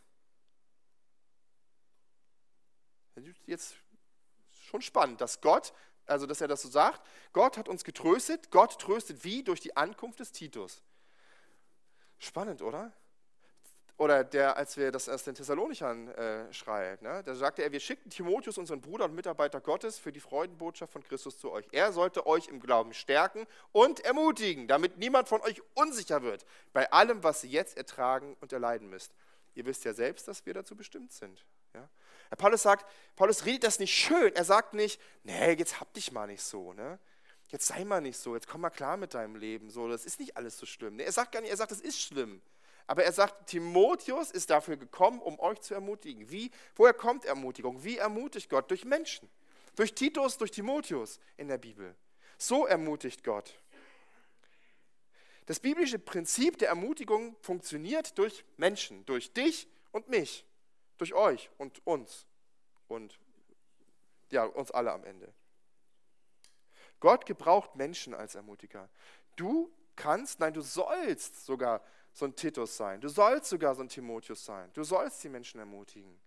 Jetzt schon spannend, dass er das so sagt, Gott hat uns getröstet, Gott tröstet wie? Durch die Ankunft des Titus. Spannend, oder? Oder als wir das erst den Thessalonichern schreiben, ne? Da sagte er, wir schickten Timotheus, unseren Bruder und Mitarbeiter Gottes, für die Freudenbotschaft von Christus zu euch. Er sollte euch im Glauben stärken und ermutigen, damit niemand von euch unsicher wird, bei allem, was ihr jetzt ertragen und erleiden müsst. Ihr wisst ja selbst, dass wir dazu bestimmt sind. Ja? Paulus redet das nicht schön. Er sagt nicht, nee, jetzt hab dich mal nicht so, ne? Jetzt sei mal nicht so, jetzt komm mal klar mit deinem Leben. So, das ist nicht alles so schlimm. Nee, er sagt gar nicht, er sagt, das ist schlimm. Aber er sagt, Timotheus ist dafür gekommen, um euch zu ermutigen. Woher kommt Ermutigung? Wie ermutigt Gott? Durch Menschen. Durch Titus, durch Timotheus in der Bibel. So ermutigt Gott. Das biblische Prinzip der Ermutigung funktioniert durch Menschen. Durch dich und mich. Durch euch und uns. Und ja, uns alle am Ende. Gott gebraucht Menschen als Ermutiger. Du sollst sogar so ein Titus sein. Du sollst sogar so ein Timotheus sein. Du sollst die Menschen ermutigen.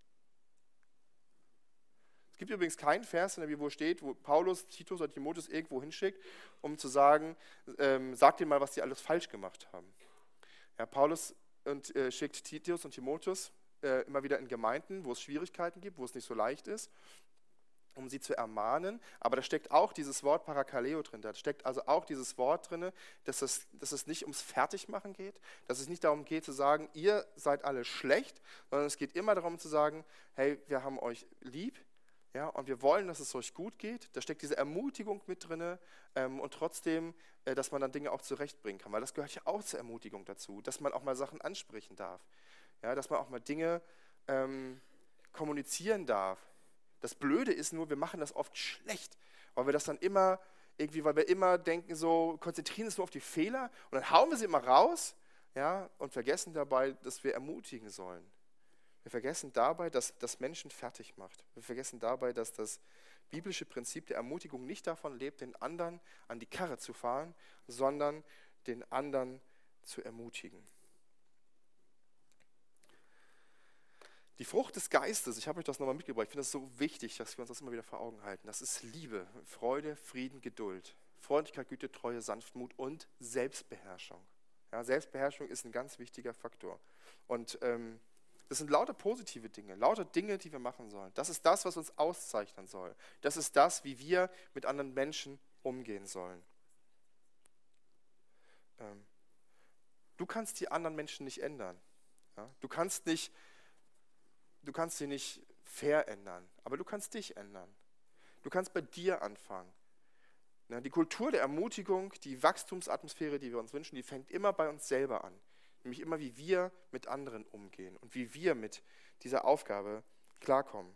Es gibt übrigens keinen Vers in der Bibel, wo steht, wo Paulus, Titus oder Timotheus irgendwo hinschickt, um zu sagen, sag dir mal, was die alles falsch gemacht haben. Ja, Paulus schickt Titus und Timotheus immer wieder in Gemeinden, wo es Schwierigkeiten gibt, wo es nicht so leicht ist, um sie zu ermahnen, aber da steckt auch dieses Wort Parakaleo drin, da steckt also auch dieses Wort drin, dass es nicht ums Fertigmachen geht, dass es nicht darum geht zu sagen, ihr seid alle schlecht, sondern es geht immer darum zu sagen, hey, wir haben euch lieb, Ja, und wir wollen, dass es euch gut geht. Da steckt diese Ermutigung mit drin und trotzdem, dass man dann Dinge auch zurechtbringen kann, weil das gehört ja auch zur Ermutigung dazu, dass man auch mal Sachen ansprechen darf, ja, dass man auch mal Dinge kommunizieren darf. Das Blöde ist nur, wir machen das oft schlecht, weil wir das dann immer irgendwie, weil wir immer denken so, konzentrieren uns nur auf die Fehler und dann hauen wir sie immer raus, ja, und vergessen dabei, dass wir ermutigen sollen. Wir vergessen dabei, dass das Menschen fertig macht. Wir vergessen dabei, dass das biblische Prinzip der Ermutigung nicht davon lebt, den anderen an die Karre zu fahren, sondern den anderen zu ermutigen. Die Frucht des Geistes, ich habe euch das nochmal mitgebracht, ich finde es so wichtig, dass wir uns das immer wieder vor Augen halten. Das ist Liebe, Freude, Frieden, Geduld, Freundlichkeit, Güte, Treue, Sanftmut und Selbstbeherrschung. Ja, Selbstbeherrschung ist ein ganz wichtiger Faktor. Und das sind lauter positive Dinge, lauter Dinge, die wir machen sollen. Das ist das, was uns auszeichnen soll. Das ist das, wie wir mit anderen Menschen umgehen sollen. Du kannst die anderen Menschen nicht ändern. Ja? Du kannst sie nicht verändern, aber du kannst dich ändern. Du kannst bei dir anfangen. Ja, die Kultur der Ermutigung, die Wachstumsatmosphäre, die wir uns wünschen, die fängt immer bei uns selber an. Nämlich immer, wie wir mit anderen umgehen und wie wir mit dieser Aufgabe klarkommen.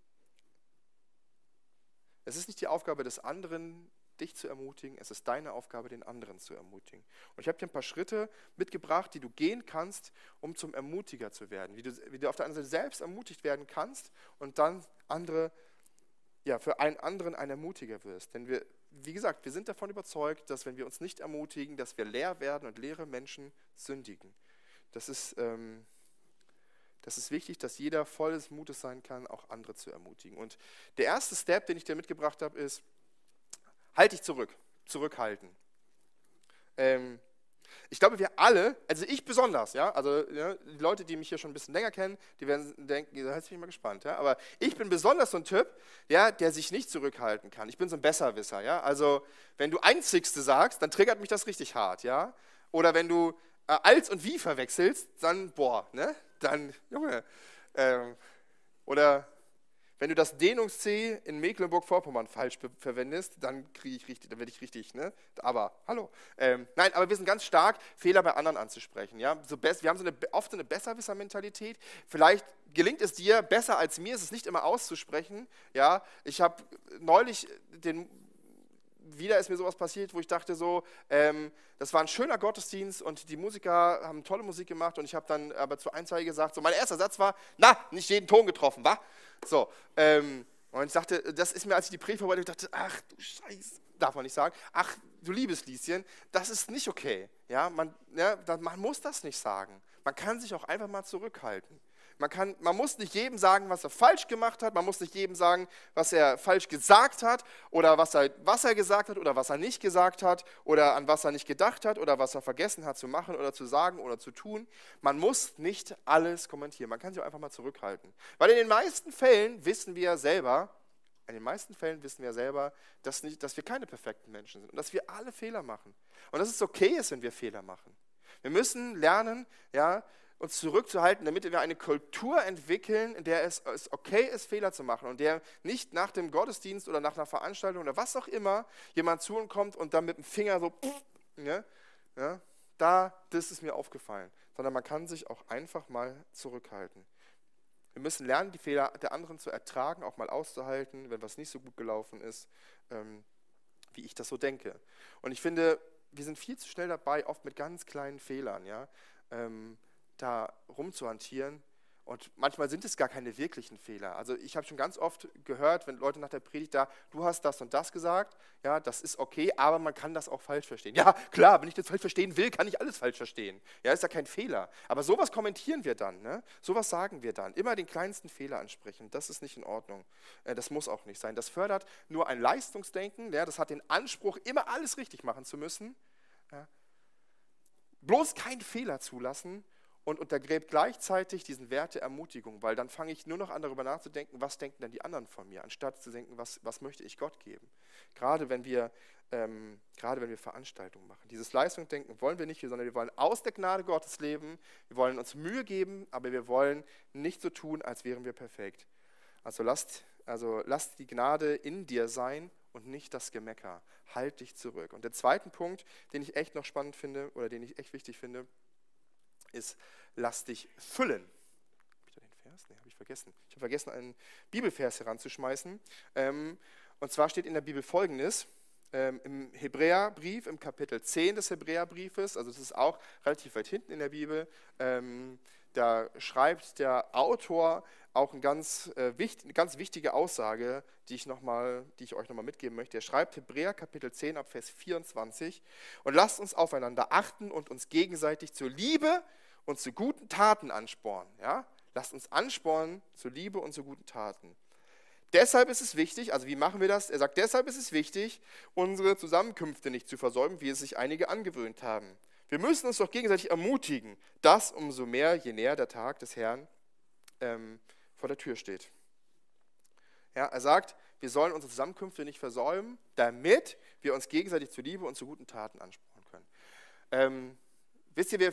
Es ist nicht die Aufgabe des anderen, dich zu ermutigen, es ist deine Aufgabe, den anderen zu ermutigen. Und ich habe dir ein paar Schritte mitgebracht, die du gehen kannst, um zum Ermutiger zu werden. Wie du auf der einen Seite selbst ermutigt werden kannst und dann für einen anderen ein Ermutiger wirst. Denn wie gesagt, wir sind davon überzeugt, dass wenn wir uns nicht ermutigen, dass wir leer werden und leere Menschen sündigen. Das ist wichtig, dass jeder voll des Mutes sein kann, auch andere zu ermutigen. Und der erste Step, den ich dir mitgebracht habe, ist, halt dich zurück, zurückhalten. Ich glaube, wir alle, also ich besonders, ja, also ja, die Leute, die mich hier schon ein bisschen länger kennen, die werden denken, da bin ich mal gespannt, ja, aber ich bin besonders so ein Typ, ja, der sich nicht zurückhalten kann. Ich bin so ein Besserwisser, ja, also wenn du Einzigste sagst, dann triggert mich das richtig hart, ja, oder wenn du als und wie verwechselst, dann, dann, Junge, oder wenn du das Dehnungs-C in Mecklenburg-Vorpommern falsch verwendest, dann werde ich richtig, ne? Aber, hallo. Nein, aber wir sind ganz stark, Fehler bei anderen anzusprechen. Ja? Wir haben oft so eine Besserwisser-Mentalität. Vielleicht gelingt es dir besser als mir, es nicht immer auszusprechen. Ja? Ich habe neulich wieder ist mir sowas passiert, wo ich dachte so, das war ein schöner Gottesdienst und die Musiker haben tolle Musik gemacht und ich habe dann aber zu ein, zwei gesagt, so mein erster Satz war, nicht jeden Ton getroffen, wa? So, und ich dachte, das ist mir, als ich die Predigt vorbereitet dachte, ach du Scheiße, darf man nicht sagen, ach du liebes Lieschen, das ist nicht okay. Ja, man muss das nicht sagen. Man kann sich auch einfach mal zurückhalten. Man muss nicht jedem sagen, was er falsch gemacht hat, man muss nicht jedem sagen, was er falsch gesagt hat oder was er gesagt hat oder was er nicht gesagt hat oder an was er nicht gedacht hat oder was er vergessen hat zu machen oder zu sagen oder zu tun. Man muss nicht alles kommentieren, man kann sich auch einfach mal zurückhalten. Weil in den meisten Fällen wissen wir selber, dass wir keine perfekten Menschen sind und dass wir alle Fehler machen. Und dass es okay ist, wenn wir Fehler machen. Wir müssen lernen, ja, uns zurückzuhalten, damit wir eine Kultur entwickeln, in der es okay ist, Fehler zu machen und der nicht nach dem Gottesdienst oder nach einer Veranstaltung oder was auch immer jemand zu uns kommt und dann mit dem Finger so, das ist mir aufgefallen, sondern man kann sich auch einfach mal zurückhalten. Wir müssen lernen, die Fehler der anderen zu ertragen, auch mal auszuhalten, wenn was nicht so gut gelaufen ist, wie ich das so denke. Und ich finde, wir sind viel zu schnell dabei, oft mit ganz kleinen Fehlern, ja, da rumzuhantieren und manchmal sind es gar keine wirklichen Fehler. Also ich habe schon ganz oft gehört, wenn Leute nach der Predigt du hast das und das gesagt, ja, das ist okay, aber man kann das auch falsch verstehen. Ja, klar, wenn ich das falsch verstehen will, kann ich alles falsch verstehen. Ja, ist ja kein Fehler. Aber sowas kommentieren wir dann, ne? Sowas sagen wir dann. Immer den kleinsten Fehler ansprechen, das ist nicht in Ordnung. Das muss auch nicht sein. Das fördert nur ein Leistungsdenken, ja, das hat den Anspruch, immer alles richtig machen zu müssen. Ja. Bloß keinen Fehler zulassen und untergräbt gleichzeitig diesen Wert der Ermutigung, weil dann fange ich nur noch an, darüber nachzudenken, was denken denn die anderen von mir, anstatt zu denken, was möchte ich Gott geben. Gerade wenn wir Veranstaltungen machen. Dieses Leistungsdenken wollen wir nicht, sondern wir wollen aus der Gnade Gottes leben, wir wollen uns Mühe geben, aber wir wollen nicht so tun, als wären wir perfekt. Also lasst Also lass die Gnade in dir sein und nicht das Gemecker. Halt dich zurück. Und der zweite Punkt, den ich echt noch spannend finde oder den ich echt wichtig finde, ist, lass dich füllen. Habe ich da den Vers? Nee, habe ich vergessen. Ich habe vergessen, einen Bibelvers heranzuschmeißen. Und zwar steht in der Bibel Folgendes, im Hebräerbrief, im Kapitel 10 des Hebräerbriefes, also das ist auch relativ weit hinten in der Bibel, da schreibt der Autor auch eine ganz wichtige Aussage, die ich euch nochmal mitgeben möchte. Er schreibt Hebräer Kapitel 10 ab Vers 24: Und lasst uns aufeinander achten und uns gegenseitig zur Liebe und zu guten Taten anspornen. Ja? Lasst uns anspornen zur Liebe und zu guten Taten. Deshalb ist es wichtig, also wie machen wir das? Er sagt, deshalb ist es wichtig, unsere Zusammenkünfte nicht zu versäumen, wie es sich einige angewöhnt haben. Wir müssen uns doch gegenseitig ermutigen, das umso mehr, je näher der Tag des Herrn vor der Tür steht. Ja, er sagt, wir sollen unsere Zusammenkünfte nicht versäumen, damit wir uns gegenseitig zur Liebe und zu guten Taten anspornen können. Wisst ihr,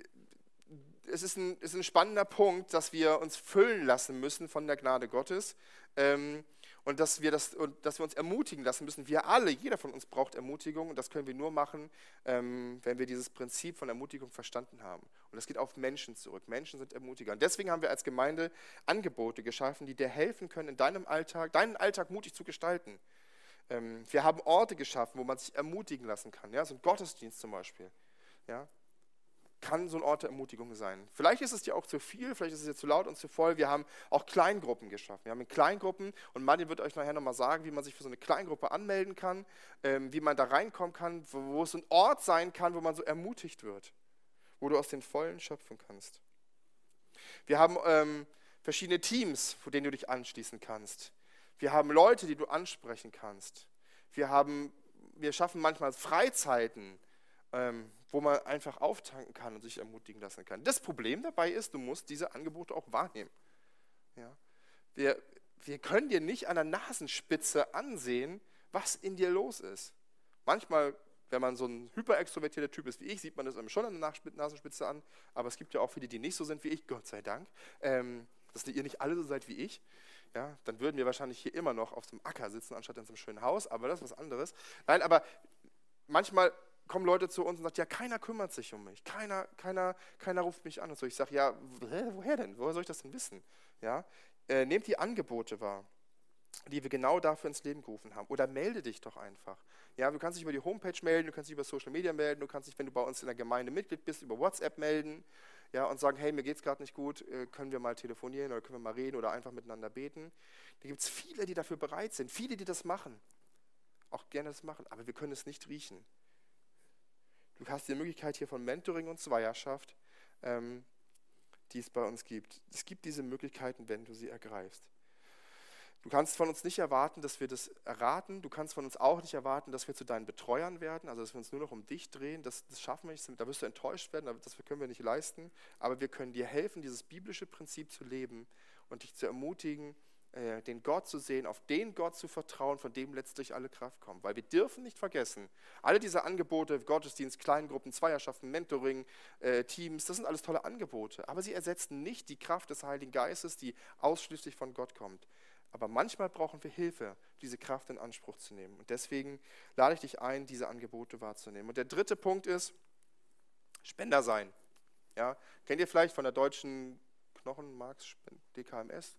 es ist ein spannender Punkt, dass wir uns füllen lassen müssen von der Gnade Gottes und dass wir uns ermutigen lassen müssen. Wir alle, jeder von uns braucht Ermutigung und das können wir nur machen, wenn wir dieses Prinzip von Ermutigung verstanden haben. Und das geht auf Menschen zurück. Menschen sind Ermutiger. Und deswegen haben wir als Gemeinde Angebote geschaffen, die dir helfen können, in deinen Alltag mutig zu gestalten. Wir haben Orte geschaffen, wo man sich ermutigen lassen kann. Ja? So ein Gottesdienst zum Beispiel. Ja? Kann so ein Ort der Ermutigung sein. Vielleicht ist es dir auch zu viel, vielleicht ist es dir zu laut und zu voll. Wir haben auch Kleingruppen geschaffen. Wir haben in Kleingruppen, und Martin wird euch nachher nochmal sagen, wie man sich für so eine Kleingruppe anmelden kann, wie man da reinkommen kann, wo es ein Ort sein kann, wo man so ermutigt wird, wo du aus den Vollen schöpfen kannst. Wir haben verschiedene Teams, vor denen du dich anschließen kannst. Wir haben Leute, die du ansprechen kannst. Wir schaffen manchmal Freizeiten, wo man einfach auftanken kann und sich ermutigen lassen kann. Das Problem dabei ist, du musst diese Angebote auch wahrnehmen. Ja? Wir können dir nicht an der Nasenspitze ansehen, was in dir los ist. Manchmal, wenn man so ein hyperextrovertierter Typ ist wie ich, sieht man das einem schon an der Nasenspitze an, aber es gibt ja auch viele, die nicht so sind wie ich, Gott sei Dank. Dass ihr nicht alle so seid wie ich, ja, dann würden wir wahrscheinlich hier immer noch auf so einem Acker sitzen, anstatt in so einem schönen Haus, aber das ist was anderes. Nein, aber manchmal kommen Leute zu uns und sagen, ja, keiner kümmert sich um mich, keiner ruft mich an und so. Ich sage, ja, woher denn? Woher soll ich das denn wissen? Ja? Nehmt die Angebote wahr, die wir genau dafür ins Leben gerufen haben. Oder melde dich doch einfach. Ja, du kannst dich über die Homepage melden, du kannst dich über Social Media melden, du kannst dich, wenn du bei uns in der Gemeinde Mitglied bist, über WhatsApp melden, ja, und sagen, hey, mir geht es gerade nicht gut, können wir mal telefonieren oder können wir mal reden oder einfach miteinander beten. Da gibt es viele, die dafür bereit sind, viele, die das machen, auch gerne das machen, aber wir können es nicht riechen. Du hast die Möglichkeit hier von Mentoring und Zweierschaft, die es bei uns gibt. Es gibt diese Möglichkeiten, wenn du sie ergreifst. Du kannst von uns nicht erwarten, dass wir das erraten. Du kannst von uns auch nicht erwarten, dass wir zu deinen Betreuern werden, also dass wir uns nur noch um dich drehen. Das schaffen wir nicht, da wirst du enttäuscht werden, das können wir nicht leisten. Aber wir können dir helfen, dieses biblische Prinzip zu leben und dich zu ermutigen, den Gott zu sehen, auf den Gott zu vertrauen, von dem letztlich alle Kraft kommt. Weil wir dürfen nicht vergessen, alle diese Angebote, Gottesdienst, Kleingruppen, Zweierschaften, Mentoring, Teams, das sind alles tolle Angebote. Aber sie ersetzen nicht die Kraft des Heiligen Geistes, die ausschließlich von Gott kommt. Aber manchmal brauchen wir Hilfe, diese Kraft in Anspruch zu nehmen. Und deswegen lade ich dich ein, diese Angebote wahrzunehmen. Und der dritte Punkt ist, Spender sein. Ja, kennt ihr vielleicht von der deutschen Knochenmarksspende, DKMS?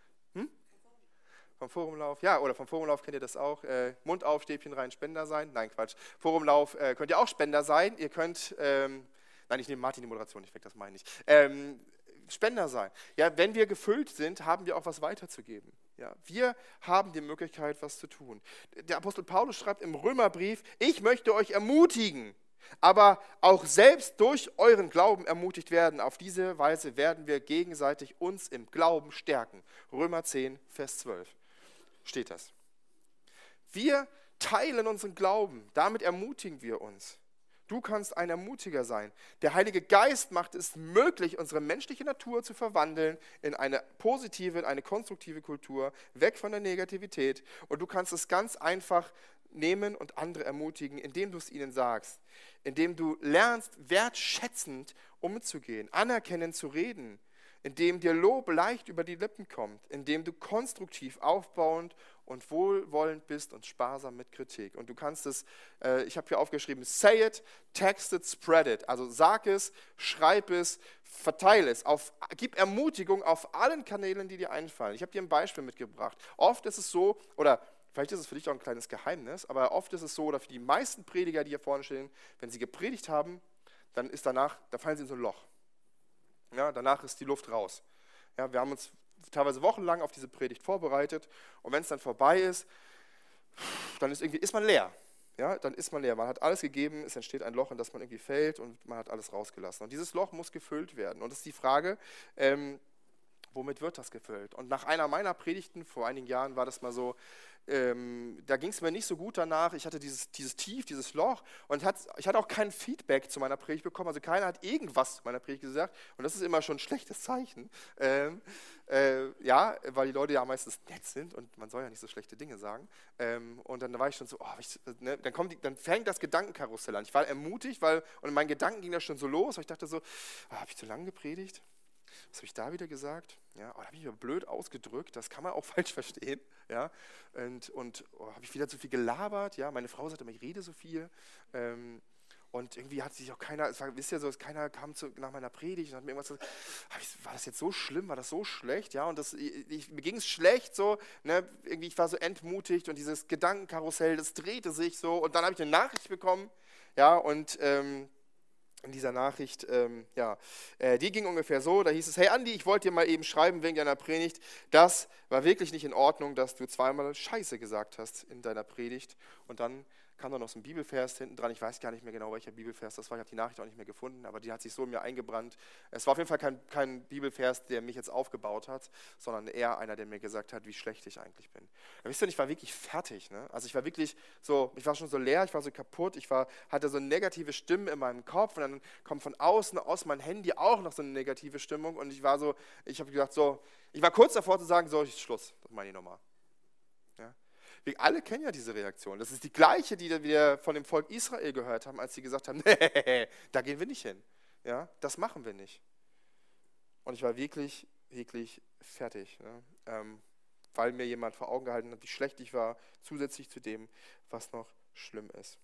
Vom Forumlauf, ja, oder vom Forumlauf kennt ihr das auch. Mund auf, Stäbchen rein, Spender sein. Nein, Quatsch. Forumlauf könnt ihr auch Spender sein. Ihr könnt, nein, ich nehme Martin die Moderation nicht weg, das meine ich. Spender sein. Ja, wenn wir gefüllt sind, haben wir auch was weiterzugeben. Ja, wir haben die Möglichkeit, was zu tun. Der Apostel Paulus schreibt im Römerbrief, ich möchte euch ermutigen, aber auch selbst durch euren Glauben ermutigt werden. Auf diese Weise werden wir gegenseitig uns im Glauben stärken. Römer 10, Vers 12 steht das. Wir teilen unseren Glauben, damit ermutigen wir uns. Du kannst ein Ermutiger sein. Der Heilige Geist macht es möglich, unsere menschliche Natur zu verwandeln in eine positive, in eine konstruktive Kultur, weg von der Negativität. Und du kannst es ganz einfach nehmen und andere ermutigen, indem du es ihnen sagst, indem du lernst, wertschätzend umzugehen, anerkennend zu reden, in dem dir Lob leicht über die Lippen kommt, in dem du konstruktiv, aufbauend und wohlwollend bist und sparsam mit Kritik. Und du kannst es, ich habe hier aufgeschrieben, say it, text it, spread it. Also sag es, schreib es, verteile es. Gib Ermutigung auf allen Kanälen, die dir einfallen. Ich habe dir ein Beispiel mitgebracht. Oft ist es so, oder vielleicht ist es für dich auch ein kleines Geheimnis, aber oft ist es so, oder für die meisten Prediger, die hier vorne stehen, wenn sie gepredigt haben, dann ist danach, da fallen sie in so ein Loch. Ja, danach ist die Luft raus. Ja, wir haben uns teilweise wochenlang auf diese Predigt vorbereitet und wenn es dann vorbei ist, dann ist man leer. Ja, dann ist man leer. Man hat alles gegeben, es entsteht ein Loch, in das man irgendwie fällt und man hat alles rausgelassen. Und dieses Loch muss gefüllt werden. Und das ist die Frage, womit wird das gefüllt? Und nach einer meiner Predigten vor einigen Jahren war das mal so, da ging es mir nicht so gut danach. Ich hatte dieses Tief, dieses Loch und ich hatte auch kein Feedback zu meiner Predigt bekommen. Also keiner hat irgendwas zu meiner Predigt gesagt und das ist immer schon ein schlechtes Zeichen. Ja, weil die Leute ja meistens nett sind und man soll ja nicht so schlechte Dinge sagen. Und dann war ich schon so, dann fängt das Gedankenkarussell an. Ich war ermutigt, und mein Gedanken ging da schon so los, weil ich dachte so, habe ich zu lange gepredigt? Was habe ich da wieder gesagt? Ja, da habe ich mich blöd ausgedrückt, das kann man auch falsch verstehen. Ja, und habe ich wieder zu viel gelabert? Ja, meine Frau sagte immer, ich rede so viel. Und irgendwie hat sich auch keiner, wisst ihr so, keiner kam nach meiner Predigt und hat mir irgendwas gesagt, war das jetzt so schlimm, war das so schlecht? Ja, und mir ging es schlecht so, ne? Irgendwie, ich war so entmutigt und dieses Gedankenkarussell, das drehte sich so und dann habe ich eine Nachricht bekommen, ja, und in dieser Nachricht, die ging ungefähr so, da hieß es, hey Andi, ich wollte dir mal eben schreiben wegen deiner Predigt, das war wirklich nicht in Ordnung, dass du zweimal Scheiße gesagt hast in deiner Predigt. Und dann kam da noch so ein Bibelvers hinten dran, ich weiß gar nicht mehr genau, welcher Bibelvers das war, ich habe die Nachricht auch nicht mehr gefunden, aber die hat sich so in mir eingebrannt. Es war auf jeden Fall kein Bibelvers, der mich jetzt aufgebaut hat, sondern eher einer, der mir gesagt hat, wie schlecht ich eigentlich bin. Und wisst ihr, ich war wirklich fertig, ne? Also ich war wirklich so, ich war schon so leer, ich war so kaputt, hatte so negative Stimmen in meinem Kopf und dann kommt von außen aus meinem Handy auch noch so eine negative Stimmung und ich habe gesagt so, ich war kurz davor zu sagen, so, Schluss, das meine ich nochmal. Ja? Wir alle kennen ja diese Reaktion. Das ist die gleiche, die wir von dem Volk Israel gehört haben, als sie gesagt haben, nee, da gehen wir nicht hin. Ja, das machen wir nicht. Und ich war wirklich, wirklich fertig, ne? Weil mir jemand vor Augen gehalten hat, wie schlecht ich war, zusätzlich zu dem, was noch schlimm ist.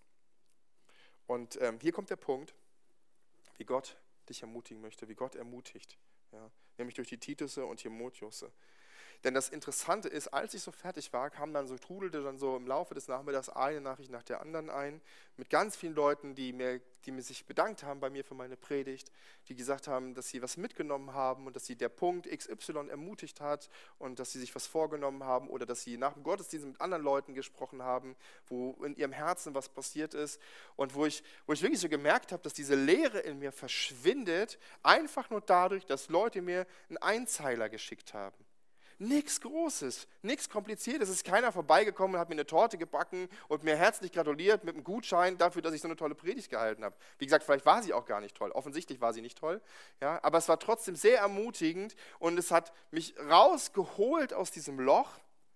Und hier kommt der Punkt, wie Gott dich ermutigen möchte, wie Gott ermutigt, ja? Nämlich durch die Titusse und Timotheusse. Denn das Interessante ist, als ich so fertig war, trudelte dann so im Laufe des Nachmittags eine Nachricht nach der anderen ein, mit ganz vielen Leuten, die mir sich bedankt haben bei mir für meine Predigt, die gesagt haben, dass sie was mitgenommen haben und dass sie der Punkt XY ermutigt hat und dass sie sich was vorgenommen haben oder dass sie nach dem Gottesdienst mit anderen Leuten gesprochen haben, wo in ihrem Herzen was passiert ist und wo ich wirklich so gemerkt habe, dass diese Leere in mir verschwindet, einfach nur dadurch, dass Leute mir einen Einzeiler geschickt haben. Nichts Großes, nichts Kompliziertes. Es ist keiner vorbeigekommen und hat mir eine Torte gebacken und mir herzlich gratuliert mit einem Gutschein dafür, dass ich so eine tolle Predigt gehalten habe. Wie gesagt, vielleicht war sie auch gar nicht toll. Offensichtlich war sie nicht toll. Ja, aber es war trotzdem sehr ermutigend und es hat mich rausgeholt aus diesem Loch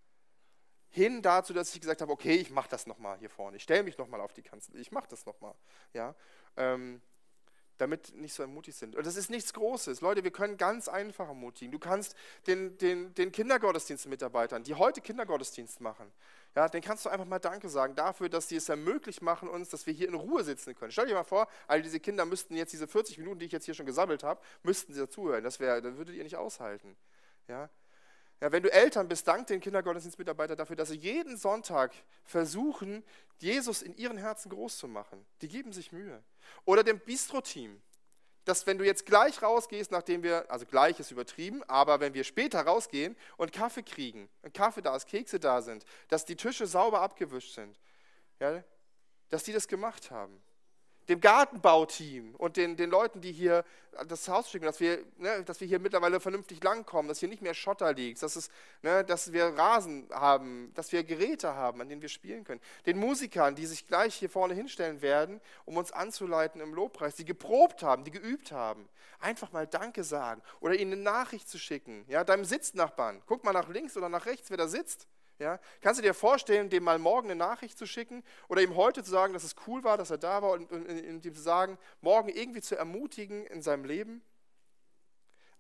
hin dazu, dass ich gesagt habe, okay, ich mache das nochmal hier vorne. Ich stelle mich nochmal auf die Kanzel. Ich mache das nochmal. Ja, damit nicht so ermutigt sind. Und das ist nichts Großes. Leute, wir können ganz einfach ermutigen. Du kannst den Kindergottesdienstmitarbeitern, die heute Kindergottesdienst machen, ja, denen kannst du einfach mal Danke sagen dafür, dass die es ermöglicht machen uns, dass wir hier in Ruhe sitzen können. Stell dir mal vor, all diese Kinder müssten jetzt diese 40 Minuten, die ich jetzt hier schon gesammelt habe, müssten sie dazuhören. Das würdet ihr nicht aushalten. Ja? Ja, wenn du Eltern bist, dank den Kindergottesdienstmitarbeitern dafür, dass sie jeden Sonntag versuchen, Jesus in ihren Herzen groß zu machen. Die geben sich Mühe. Oder dem Bistro-Team, dass wenn du jetzt gleich rausgehst, also gleich ist übertrieben, aber wenn wir später rausgehen und Kaffee kriegen, ein Kaffee da ist, Kekse da sind, dass die Tische sauber abgewischt sind, ja, dass die das gemacht haben. Dem Gartenbauteam und den Leuten, die hier das Haus schicken, dass wir hier mittlerweile vernünftig langkommen, dass hier nicht mehr Schotter liegt, dass wir Rasen haben, dass wir Geräte haben, an denen wir spielen können. Den Musikern, die sich gleich hier vorne hinstellen werden, um uns anzuleiten im Lobpreis, die geprobt haben, die geübt haben. Einfach mal Danke sagen oder ihnen eine Nachricht zu schicken, ja, deinem Sitznachbarn. Guck mal nach links oder nach rechts, wer da sitzt. Ja, kannst du dir vorstellen, dem mal morgen eine Nachricht zu schicken oder ihm heute zu sagen, dass es cool war, dass er da war und ihm zu sagen, morgen irgendwie zu ermutigen in seinem Leben?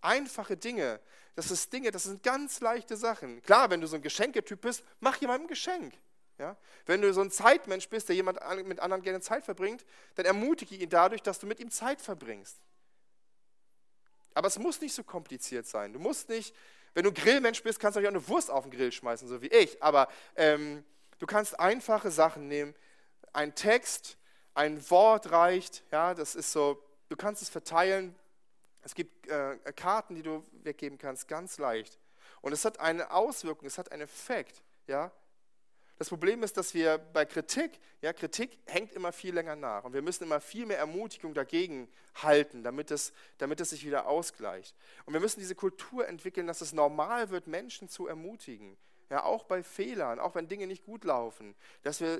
Einfache Dinge. Das sind ganz leichte Sachen. Klar, wenn du so ein Geschenketyp bist, mach jemandem ein Geschenk. Ja? Wenn du so ein Zeitmensch bist, der mit anderen gerne Zeit verbringt, dann ermutige ihn dadurch, dass du mit ihm Zeit verbringst. Aber es muss nicht so kompliziert sein. Du musst nicht, wenn du ein Grillmensch bist, kannst du auch eine Wurst auf den Grill schmeißen, so wie ich. Aber du kannst einfache Sachen nehmen. Ein Text, ein Wort reicht. Ja, das ist so, du kannst es verteilen. Es gibt Karten, die du weggeben kannst, ganz leicht. Und es hat eine Auswirkung, es hat einen Effekt. Ja? Das Problem ist, dass wir bei Kritik hängt immer viel länger nach. Und wir müssen immer viel mehr Ermutigung dagegen halten, damit es sich wieder ausgleicht. Und wir müssen diese Kultur entwickeln, dass es normal wird, Menschen zu ermutigen. Ja, auch bei Fehlern, auch wenn Dinge nicht gut laufen. Dass wir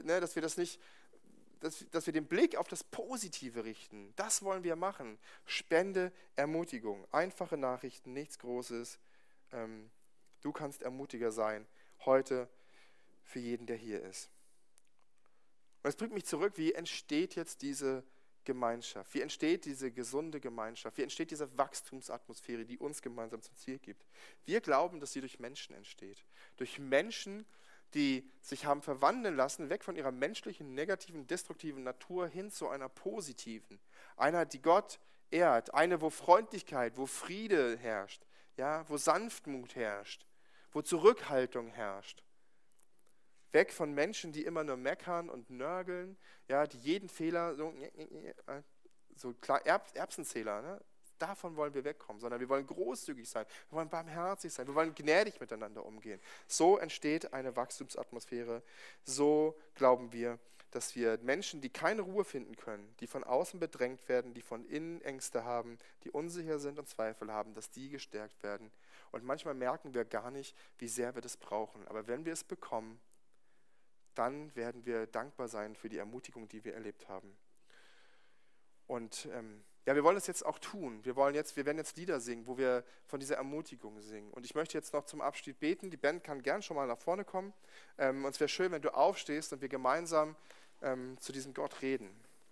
den Blick auf das Positive richten. Das wollen wir machen. Spende Ermutigung. Einfache Nachrichten, nichts Großes. Du kannst Ermutiger sein. Heute für jeden, der hier ist. Und das bringt mich zurück, wie entsteht jetzt diese Gemeinschaft? Wie entsteht diese gesunde Gemeinschaft? Wie entsteht diese Wachstumsatmosphäre, die uns gemeinsam zum Ziel gibt? Wir glauben, dass sie durch Menschen entsteht. Durch Menschen, die sich haben verwandeln lassen, weg von ihrer menschlichen, negativen, destruktiven Natur hin zu einer positiven. Einer, die Gott ehrt. Eine, wo Freundlichkeit, wo Friede herrscht, ja, wo Sanftmut herrscht, wo Zurückhaltung herrscht. Weg von Menschen, die immer nur meckern und nörgeln, ja, die jeden Fehler, so klar, Erbsenzähler, ne? Davon wollen wir wegkommen, sondern wir wollen großzügig sein, wir wollen barmherzig sein, wir wollen gnädig miteinander umgehen. So entsteht eine Wachstumsatmosphäre, so glauben wir, dass wir Menschen, die keine Ruhe finden können, die von außen bedrängt werden, die von innen Ängste haben, die unsicher sind und Zweifel haben, dass die gestärkt werden. Und manchmal merken wir gar nicht, wie sehr wir das brauchen. Aber wenn wir es bekommen, dann werden wir dankbar sein für die Ermutigung, die wir erlebt haben. Und wir wollen das jetzt auch tun. Wir werden jetzt Lieder singen, wo wir von dieser Ermutigung singen. Und ich möchte jetzt noch zum Abschied beten. Die Band kann gern schon mal nach vorne kommen. Und es wäre schön, wenn du aufstehst und wir gemeinsam zu diesem Gott reden.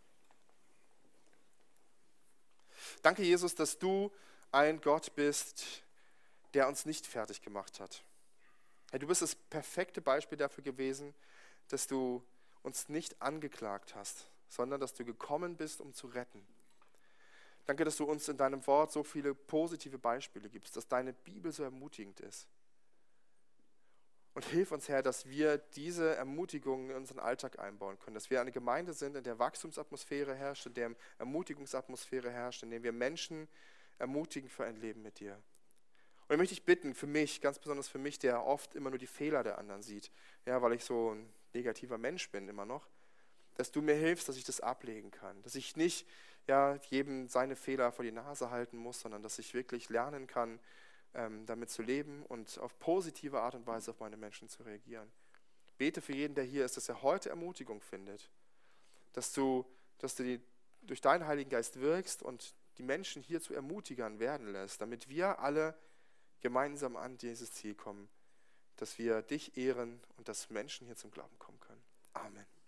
Danke, Jesus, dass du ein Gott bist, der uns nicht fertig gemacht hat. Du bist das perfekte Beispiel dafür gewesen, dass du uns nicht angeklagt hast, sondern dass du gekommen bist, um zu retten. Danke, dass du uns in deinem Wort so viele positive Beispiele gibst, dass deine Bibel so ermutigend ist. Und hilf uns, Herr, dass wir diese Ermutigung in unseren Alltag einbauen können, dass wir eine Gemeinde sind, in der Wachstumsatmosphäre herrscht, in der Ermutigungsatmosphäre herrscht, in der wir Menschen ermutigen für ein Leben mit dir. Und ich möchte dich bitten, für mich, ganz besonders für mich, der oft immer nur die Fehler der anderen sieht, ja, weil ich so ein negativer Mensch bin immer noch, dass du mir hilfst, dass ich das ablegen kann, dass ich nicht jedem seine Fehler vor die Nase halten muss, sondern dass ich wirklich lernen kann, damit zu leben und auf positive Art und Weise auf meine Menschen zu reagieren. Bete für jeden, der hier ist, dass er heute Ermutigung findet, dass du durch deinen Heiligen Geist wirkst und die Menschen hier zu Ermutigern werden lässt, damit wir alle gemeinsam an dieses Ziel kommen, dass wir dich ehren und dass Menschen hier zum Glauben kommen können. Amen.